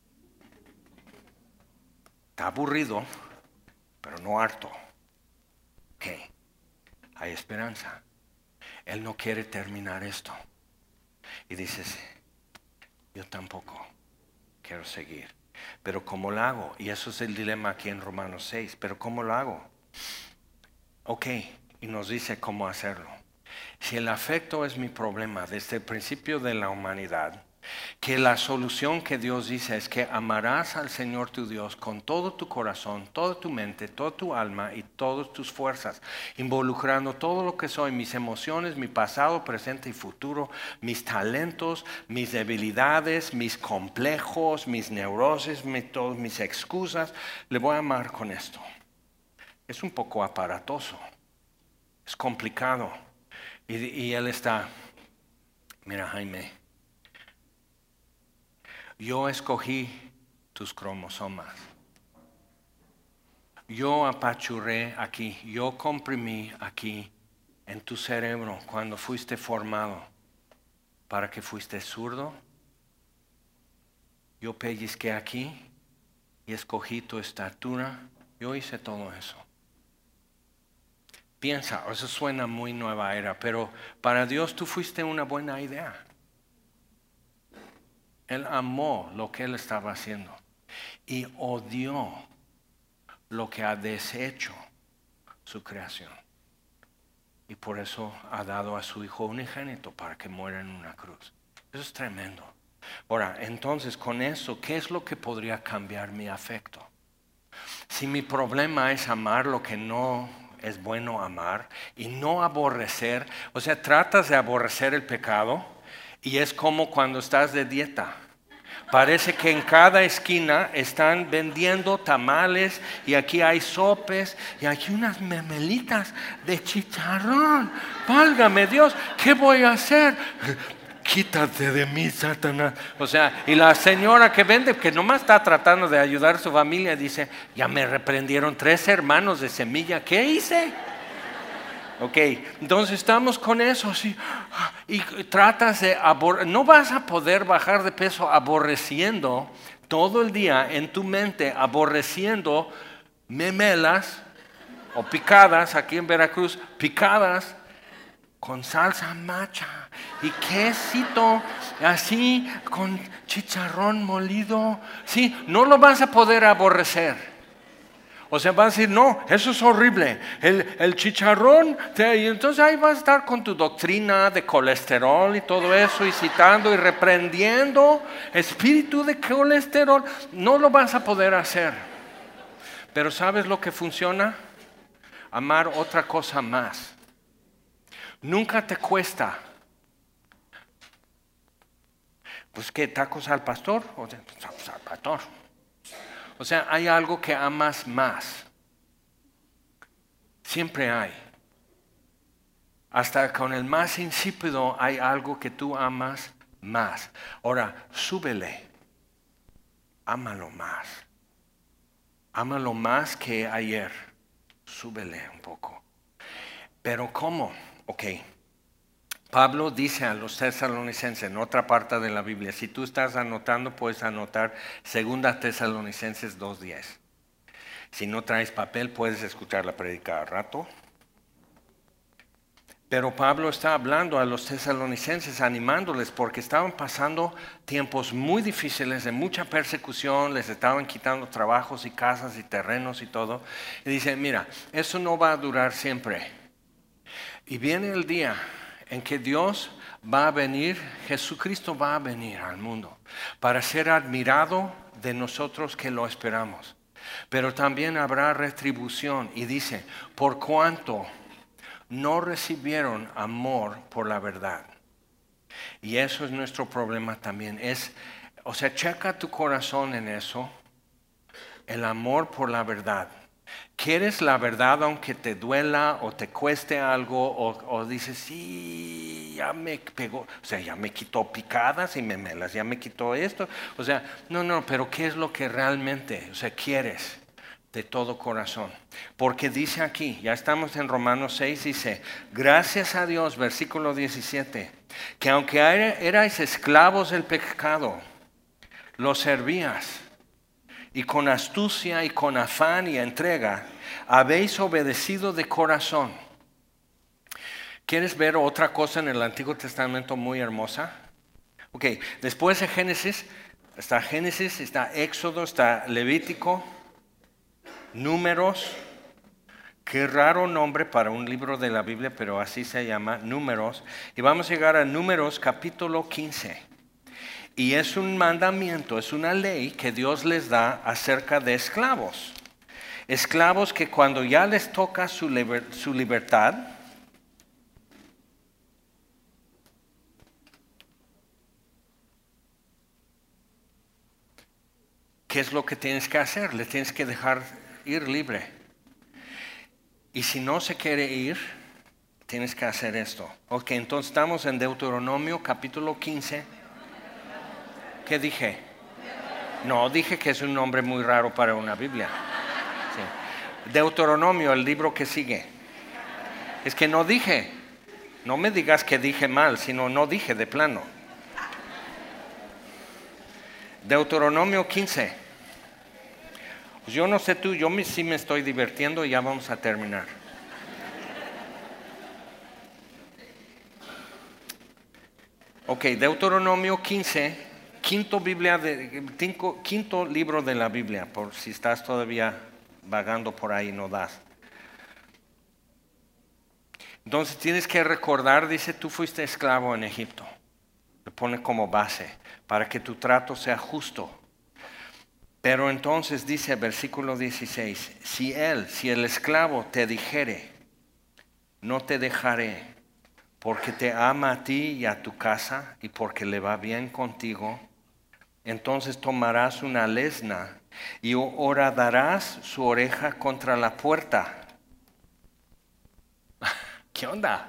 Está aburrido, pero no harto. Ok, hay esperanza. Él no quiere terminar esto. Y dices, yo tampoco quiero seguir. Pero ¿cómo lo hago? Y eso es el dilema aquí en Romanos seis. Pero ¿cómo lo hago? Ok. Y nos dice cómo hacerlo. Si el afecto es mi problema desde el principio de la humanidad, que la solución que Dios dice es que amarás al Señor tu Dios con todo tu corazón, toda tu mente, toda tu alma y todas tus fuerzas, involucrando todo lo que soy, mis emociones, mi pasado, presente y futuro, mis talentos, mis debilidades, mis complejos, mis neurosis, mis, todas mis excusas. Le voy a amar con esto. Es un poco aparatoso. Es complicado. Y, y él está, mira Jaime, yo escogí tus cromosomas. Yo apachurré aquí, yo comprimí aquí en tu cerebro cuando fuiste formado para que fuiste zurdo. Yo pellizqué aquí y escogí tu estatura. Yo hice todo eso. Piensa, eso suena muy nueva era, pero para Dios tú fuiste una buena idea. Él amó lo que Él estaba haciendo y odió lo que ha deshecho su creación. Y por eso ha dado a su Hijo unigénito para que muera en una cruz. Eso es tremendo. Ahora, entonces, con eso, ¿qué es lo que podría cambiar mi afecto? Si mi problema es amar lo que no es bueno amar y no aborrecer, o sea, tratas de aborrecer el pecado y es como cuando estás de dieta. Parece que en cada esquina están vendiendo tamales y aquí hay sopes y aquí unas memelitas de chicharrón. Válgame Dios, ¿qué voy a hacer? Quítate de mí, Satanás. O sea, y la señora que vende, que nomás está tratando de ayudar a su familia, dice, ya me reprendieron tres hermanos de semilla, ¿qué hice? Ok, entonces estamos con eso, así, y tratas de aborrecer, no vas a poder bajar de peso aborreciendo todo el día en tu mente, aborreciendo memelas o picadas, aquí en Veracruz, picadas con salsa macha y quesito, así con chicharrón molido, sí, no lo vas a poder aborrecer. O sea, vas a decir, no, eso es horrible. El, el chicharrón, te, y entonces ahí vas a estar con tu doctrina de colesterol y todo eso, y citando y reprendiendo espíritu de colesterol. No lo vas a poder hacer. Pero ¿sabes lo que funciona? Amar otra cosa más. Nunca te cuesta. Pues, ¿qué? ¿Tacos al pastor? O sea, pues, al pastor. O sea, hay algo que amas más. Siempre hay. Hasta con el más insípido hay algo que tú amas más. Ahora, súbele. Ámalo más. Ámalo más que ayer. Súbele un poco. Pero ¿cómo? Ok. Pablo dice a los tesalonicenses en otra parte de la Biblia, si tú estás anotando, puedes anotar Segunda Tesalonicenses dos diez. Si no traes papel, puedes escuchar la prédica al rato. Pero Pablo está hablando a los tesalonicenses, animándoles, porque estaban pasando tiempos muy difíciles, de mucha persecución, les estaban quitando trabajos y casas y terrenos y todo. Y dice, mira, eso no va a durar siempre. Y viene el día en que Dios va a venir, Jesucristo va a venir al mundo para ser admirado de nosotros que lo esperamos. Pero también habrá retribución y dice, por cuanto no recibieron amor por la verdad. Y eso es nuestro problema también. Es, o sea, checa tu corazón en eso, el amor por la verdad. ¿Quieres la verdad aunque te duela o te cueste algo o, o dices, sí, ya me pegó, o sea, ya me quitó picadas y memelas, ya me quitó esto? O sea, no, no, pero ¿qué es lo que realmente, o sea, quieres de todo corazón? Porque dice aquí, ya estamos en Romanos seis, dice, gracias a Dios, versículo diecisiete, que aunque erais esclavos del pecado, lo servías. Y con astucia y con afán y entrega habéis obedecido de corazón. ¿Quieres ver otra cosa en el Antiguo Testamento muy hermosa? Ok, después de Génesis, está Génesis, está Éxodo, está Levítico, Números. Qué raro nombre para un libro de la Biblia, pero así se llama, Números. Y vamos a llegar a Números capítulo quince. Y es un mandamiento, es una ley que Dios les da acerca de esclavos. Esclavos que cuando ya les toca su, liber, su libertad, ¿qué es lo que tienes que hacer? Le tienes que dejar ir libre. Y si no se quiere ir, tienes que hacer esto. Ok, entonces estamos en Deuteronomio capítulo quince. ¿Qué dije? No, dije que es un nombre muy raro para una Biblia. Sí. Deuteronomio, el libro que sigue. Es que no dije. No me digas que dije mal, sino no dije de plano. Deuteronomio quince. Pues yo no sé tú, yo me, sí me estoy divirtiendo y ya vamos a terminar. Ok, Deuteronomio quince, quinto, Biblia de, quinto, quinto libro de la Biblia, por si estás todavía vagando por ahí no das. Entonces tienes que recordar, dice, tú fuiste esclavo en Egipto. Lo pone como base, para que tu trato sea justo. Pero entonces dice, versículo dieciséis, si él, si el esclavo te dijere, no te dejaré, porque te ama a ti y a tu casa, y porque le va bien contigo, entonces tomarás una lesna y horadarás su oreja contra la puerta. ¿Qué onda?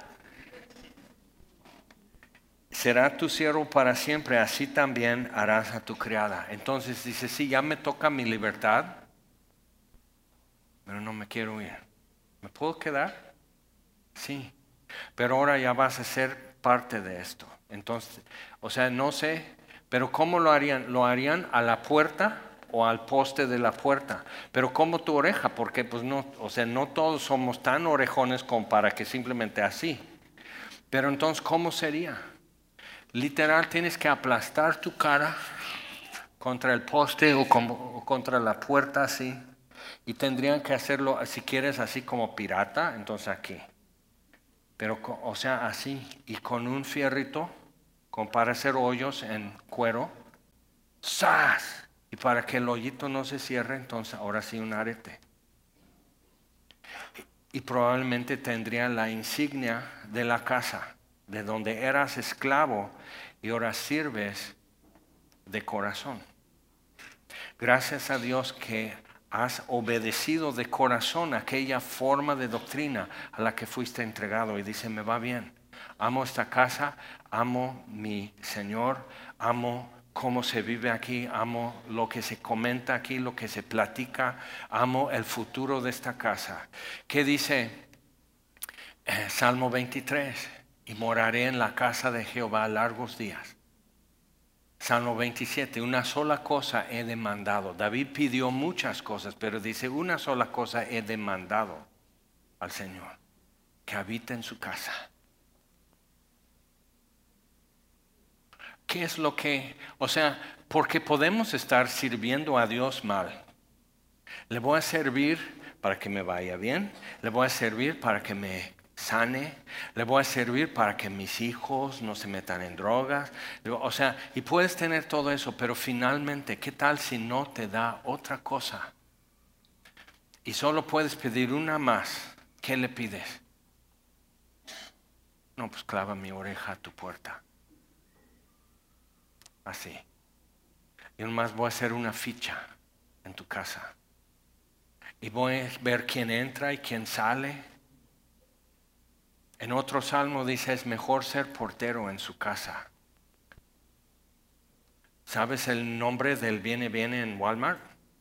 Será tu siervo para siempre, así también harás a tu criada. Entonces dice, sí, ya me toca mi libertad, pero no me quiero ir. ¿Me puedo quedar? Sí, pero ahora ya vas a ser parte de esto. Entonces, o sea, no sé, pero ¿cómo lo harían? ¿Lo harían a la puerta o al poste de la puerta? Pero ¿cómo tu oreja? Porque pues no, o sea, no todos somos tan orejones como para que simplemente así. Pero entonces, ¿cómo sería? Literal, tienes que aplastar tu cara contra el poste o, como, o contra la puerta así. Y tendrían que hacerlo, si quieres, así como pirata, entonces aquí. Pero, o sea, así. Y con un fierrito, como para hacer hoyos en cuero. ¡Sas! Y para que el hoyito no se cierre, entonces ahora sí un arete. Y, y probablemente tendría la insignia de la casa, de donde eras esclavo y ahora sirves de corazón. Gracias a Dios que has obedecido de corazón aquella forma de doctrina a la que fuiste entregado y dice, me va bien. Amo esta casa, amo mi Señor, amo cómo se vive aquí, amo lo que se comenta aquí, lo que se platica, amo el futuro de esta casa. ¿Qué dice eh, Salmo veintitrés? Y moraré en la casa de Jehová largos días. Salmo veintisiete, una sola cosa he demandado. David pidió muchas cosas, pero dice, una sola cosa he demandado al Señor, que habite en su casa. ¿Qué es lo que, o sea, porque podemos estar sirviendo a Dios mal? Le voy a servir para que me vaya bien, le voy a servir para que me sane, le voy a servir para que mis hijos no se metan en drogas, o sea, y puedes tener todo eso, pero finalmente, ¿qué tal si no te da otra cosa? Y solo puedes pedir una más. ¿Qué le pides? No, pues clava mi oreja a tu puerta. Así. Y nomás voy a hacer una ficha en tu casa. Y voy a ver quién entra y quién sale. En otro salmo dice, es mejor ser portero en su casa. ¿Sabes el nombre del viene viene en Walmart?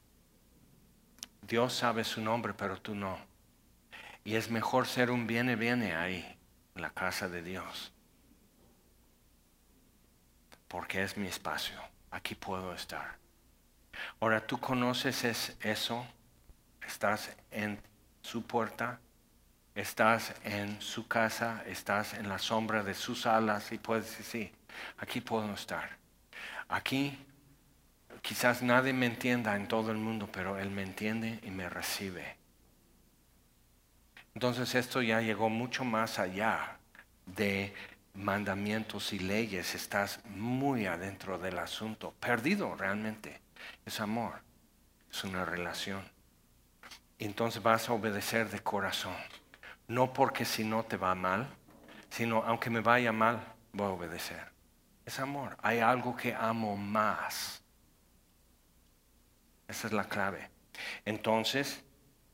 Dios sabe su nombre, pero tú no. Y es mejor ser un viene viene ahí, en la casa de Dios. Porque es mi espacio. Aquí puedo estar. Ahora, ¿tú conoces es eso? ¿Estás en su puerta? Estás en su casa, estás en la sombra de sus alas y puedes decir, sí, aquí puedo estar. Aquí quizás nadie me entienda en todo el mundo, pero Él me entiende y me recibe. Entonces esto ya llegó mucho más allá de mandamientos y leyes. Estás muy adentro del asunto, perdido realmente. Es amor, es una relación. Entonces vas a obedecer de corazón. No porque si no te va mal, sino aunque me vaya mal, voy a obedecer. Es amor. Hay algo que amo más. Esa es la clave. Entonces,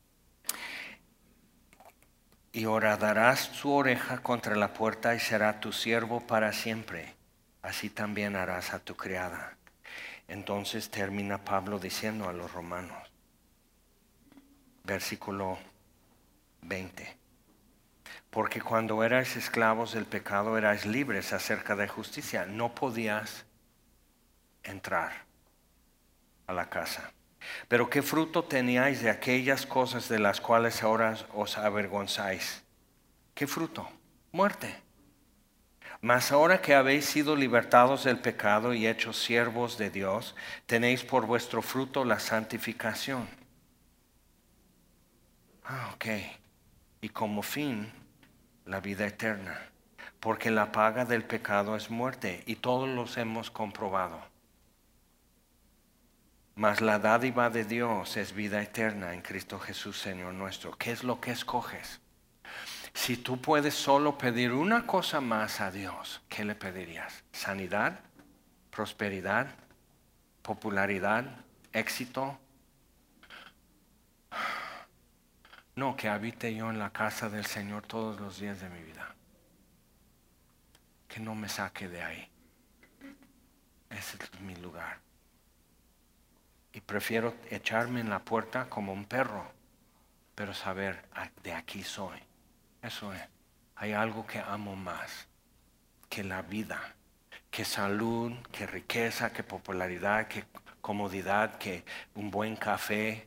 y horadarás su oreja contra la puerta y será tu siervo para siempre. Así también harás a tu criada. Entonces termina Pablo diciendo a los romanos, versículo veinte. Porque cuando erais esclavos del pecado erais libres acerca de justicia. No podías entrar a la casa. Pero ¿qué fruto teníais de aquellas cosas de las cuales ahora os avergonzáis? ¿Qué fruto? Muerte. Mas ahora que habéis sido libertados del pecado y hechos siervos de Dios, tenéis por vuestro fruto la santificación. Ah, ok. Y como fin, la vida eterna. Porque la paga del pecado es muerte, y todos los hemos comprobado. Mas la dádiva de Dios es vida eterna en Cristo Jesús, Señor nuestro. ¿Qué es lo que escoges? Si tú puedes solo pedir una cosa más a Dios, ¿qué le pedirías? ¿Sanidad? ¿Prosperidad? ¿Popularidad? ¿Éxito? No, que habite yo en la casa del Señor todos los días de mi vida. Que no me saque de ahí. Ese es mi lugar. Y prefiero echarme en la puerta como un perro, pero saber, de aquí soy. Eso es. Hay algo que amo más que la vida, que salud, que riqueza, que popularidad, que comodidad, que un buen café.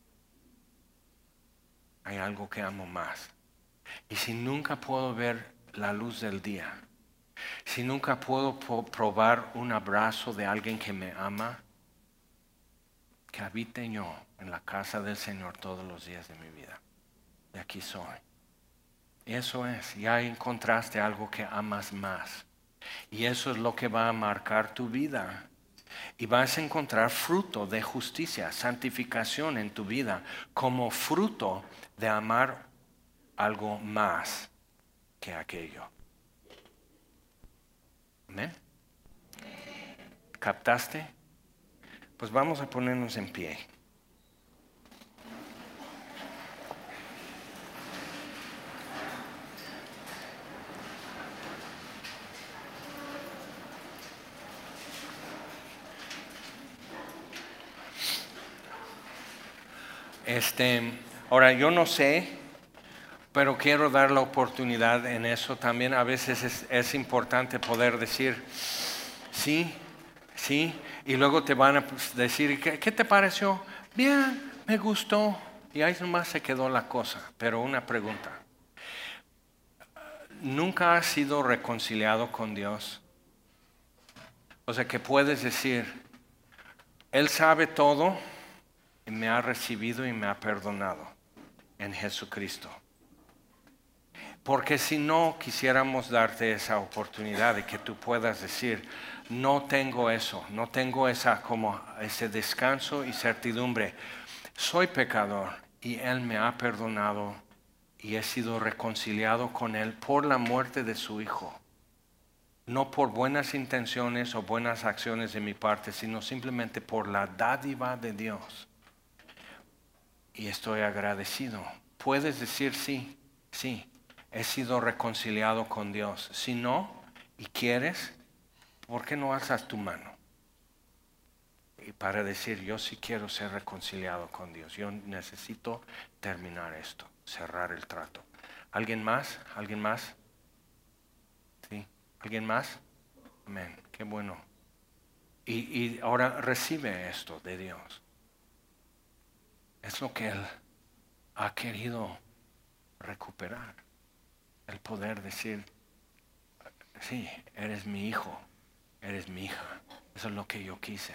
Hay algo que amo más. Y si nunca puedo ver la luz del día, si nunca puedo probar un abrazo de alguien que me ama, que habite yo en la casa del Señor todos los días de mi vida. De aquí soy. Eso es, ya encontraste algo que amas más. Y eso es lo que va a marcar tu vida. Y vas a encontrar fruto de justicia, santificación en tu vida, como fruto de amar algo más que aquello. ¿Amén? ¿Captaste? Pues vamos a ponernos en pie. Este, ahora yo no sé, pero quiero dar la oportunidad en eso también. A veces es, es importante poder decir sí, sí, y luego te van a decir, ¿qué, qué te pareció? Bien, me gustó. Y ahí nomás se quedó la cosa. Pero una pregunta. ¿Nunca has sido reconciliado con Dios? O sea que puedes decir, Él sabe todo y me ha recibido y me ha perdonado en Jesucristo. Porque si no quisiéramos darte esa oportunidad de que tú puedas decir, no tengo eso, no tengo esa como ese descanso y certidumbre. Soy pecador y Él me ha perdonado y he sido reconciliado con Él por la muerte de su Hijo. No por buenas intenciones o buenas acciones de mi parte, sino simplemente por la dádiva de Dios. Y estoy agradecido. Puedes decir sí, sí, he sido reconciliado con Dios. Si no, y quieres, ¿por qué no alzas tu mano? Y para decir, yo sí quiero ser reconciliado con Dios. Yo necesito terminar esto, cerrar el trato. ¿Alguien más? ¿Alguien más? ¿Sí? ¿Alguien más? Amén. Qué bueno. Y, y ahora recibe esto de Dios. Es lo que Él ha querido recuperar. El poder decir, sí, eres mi hijo, eres mi hija. Eso es lo que yo quise.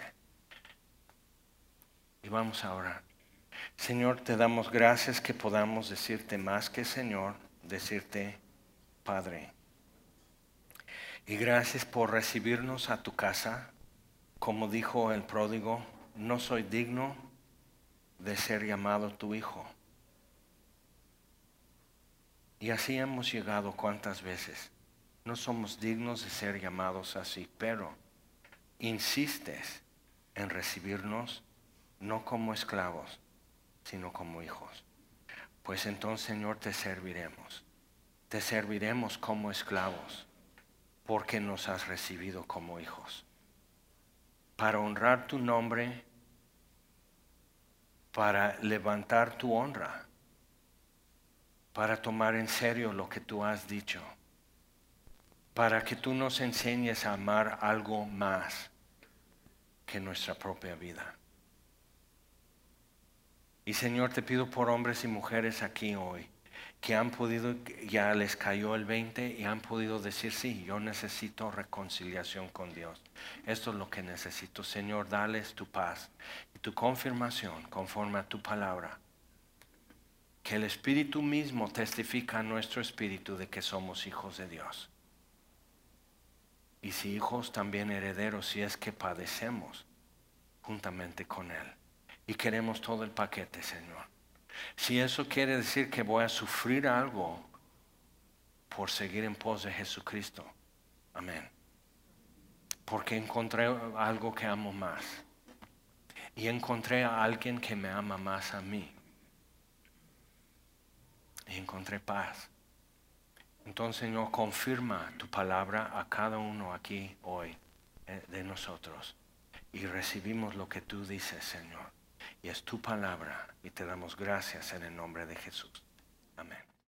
Y vamos a orar. Señor, te damos gracias que podamos decirte más que Señor, decirte Padre. Y gracias por recibirnos a tu casa. Como dijo el pródigo, no soy digno de ser llamado tu hijo. Y así hemos llegado cuántas veces. No somos dignos de ser llamados así, pero insistes en recibirnos no como esclavos, sino como hijos. Pues entonces, Señor, te serviremos. Te serviremos como esclavos, porque nos has recibido como hijos. Para honrar tu nombre, para levantar tu honra. para tomar en serio lo que tú has dicho, para que tú nos enseñes a amar algo más que nuestra propia vida. Y Señor, te pido por hombres y mujeres aquí hoy que han podido, ya les cayó el veinte y han podido decir, sí, yo necesito reconciliación con Dios. Esto es lo que necesito. Señor, dales tu paz y tu confirmación conforme a tu palabra. Que el Espíritu mismo testifica a nuestro espíritu de que somos hijos de Dios. Y si hijos, también herederos, si es que padecemos juntamente con Él. Y queremos todo el paquete, Señor. Si eso quiere decir que voy a sufrir algo por seguir en pos de Jesucristo, amén. Porque encontré algo que amo más. Y encontré a alguien que me ama más a mí. Y encontré paz. Entonces, Señor, confirma tu palabra a cada uno aquí hoy eh, de nosotros. Y recibimos lo que tú dices, Señor. Y es tu palabra. Y te damos gracias en el nombre de Jesús. Amén.